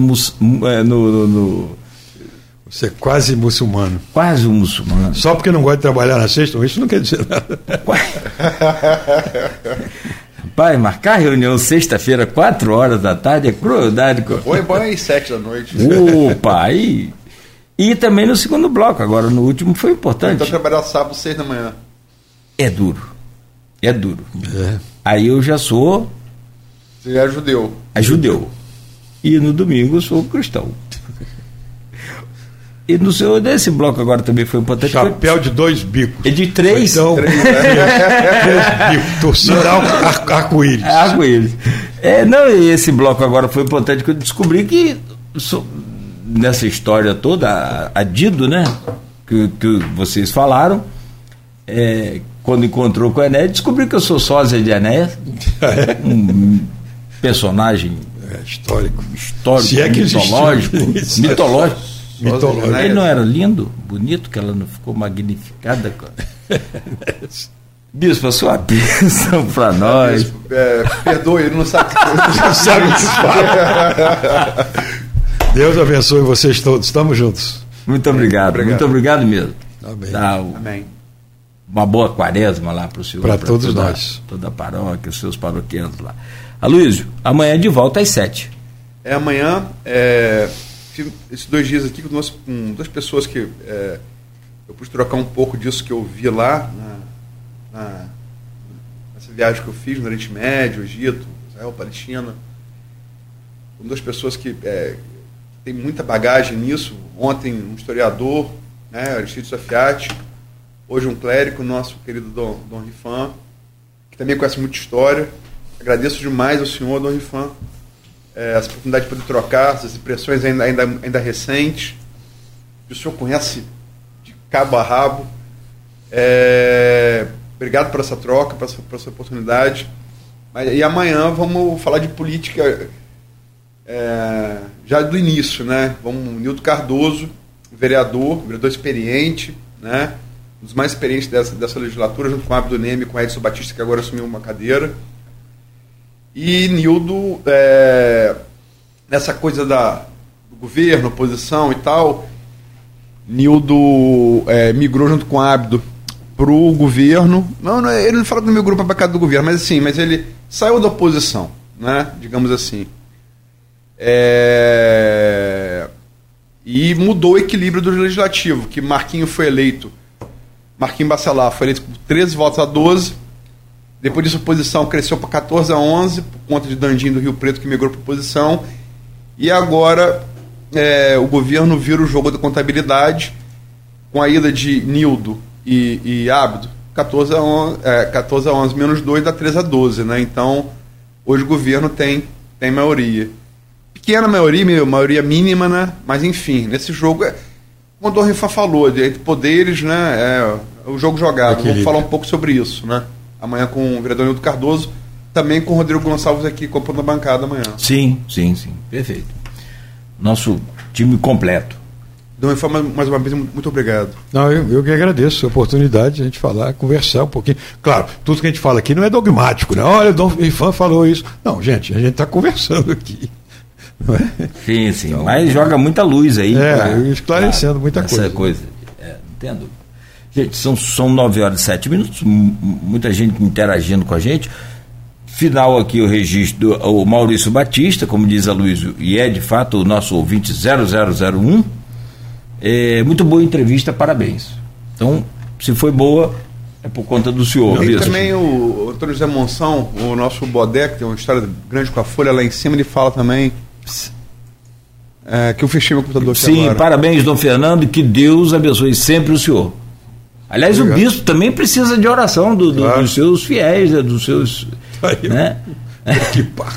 Você é quase muçulmano. Quase um muçulmano. Só porque não gosta de trabalhar na sexta, isso não quer dizer nada. Pai, marcar reunião sexta-feira, 4 horas da tarde, é crueldade. Bom às 7 da noite. Opa, aí. E também no segundo bloco, agora no último foi importante. Então trabalhar sábado, 6 da manhã. É duro. Aí eu já sou... Você é judeu. Judeu. E no domingo eu sou cristão. E no seu, nesse bloco agora também foi importante. Chapéu de 2 bicos. E de 3. Então, 3 bicos. Torcida arco-íris. Arco-íris. Não, e esse bloco agora foi importante que eu descobri que nessa história toda, a Dido, né? Que vocês falaram, quando encontrou com a Enéas, descobri que eu sou sósia de Enéas. Um personagem histórico, se é que mitológico. Ele não era lindo, bonito, que ela não ficou magnificada? Bispo, a sua bênção para nós. Bispo, perdoe, ele não sabe o que fala. Deus abençoe vocês todos, estamos juntos. Muito obrigado. Muito obrigado mesmo. Amém. Uma boa quaresma lá para o senhor. Para todos nós. Toda a paróquia, os seus paroquianos lá. Aloysio, amanhã de volta às 7. Amanhã, esses 2 dias aqui com 2 pessoas que eu pude trocar um pouco disso que eu vi lá nessa viagem que eu fiz no Oriente Médio, Egito, Israel, Palestina, com 2 pessoas que tem muita bagagem nisso. Ontem um historiador, Aristides Safiati, hoje um clérigo, nosso querido Dom Rifan, que também conhece muita história. Agradeço demais ao senhor, Dom Rifan, essa oportunidade de poder trocar, essas impressões ainda recentes, que o senhor conhece de cabo a rabo. Obrigado por essa troca, por essa oportunidade. E amanhã vamos falar de política já do início, né? Nildo Cardoso, vereador experiente, né? Um dos mais experientes dessa legislatura, junto com o Abdo Neme e com o Edson Batista, que agora assumiu uma cadeira. E Nildo, nessa coisa do governo, oposição e tal, Nildo migrou junto com o Abdo para o governo. Ele não fala que migrou para a bancada do governo, mas ele saiu da oposição, né? Digamos assim. E mudou o equilíbrio do legislativo, que Marquinhos Bacelar foi eleito com 13 votos a 12. Depois disso, a oposição cresceu para 14 a 11, por conta de Dandinho do Rio Preto, que migrou para a oposição. E agora o governo vira o jogo da contabilidade, com a ida de Nildo e Abdo, 14 a 11 menos 2 dá 13 a 12. Né? Então, Hoje o governo tem maioria. Pequena maioria mínima, né? Mas enfim, nesse jogo, como o Dom Rifan falou, entre poderes, né? O jogo jogado. Vamos falar um pouco sobre isso, né? Amanhã com o vereador Nildo Cardoso, também com o Rodrigo Gonçalves aqui, compondo a bancada amanhã. Sim. Perfeito. Nosso time completo. Dom Rifan, mais uma vez, muito obrigado. Não, eu que agradeço a oportunidade de a gente falar, conversar um pouquinho. Claro, tudo que a gente fala aqui não é dogmático, né? Olha, o Dom Rifan falou isso. Não, gente, a gente está conversando aqui. Não é? Sim, então, mas joga muita luz aí. Esclarecendo muita coisa. Essa coisa. Entendo. Gente, são 9h07, muita gente interagindo com a gente. Final aqui o registro o Maurício Batista, como diz a Luísa, e é de fato o nosso ouvinte 0001. Muito boa entrevista, parabéns. Então, se foi boa, é por conta do senhor. E também o Antônio José Monção, o nosso Bodé, que tem uma história grande com a Folha lá em cima, ele fala também que eu fechei meu computador aqui agora. Sim, parabéns, Dom Fernando, e que Deus abençoe sempre o senhor. Aliás, obrigado. O bispo também precisa de oração claro. Dos seus fiéis, dos seus... Né? Que pá.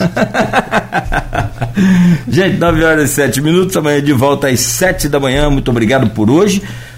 Gente, 9h07, amanhã de volta às 7 da manhã. Muito obrigado por hoje.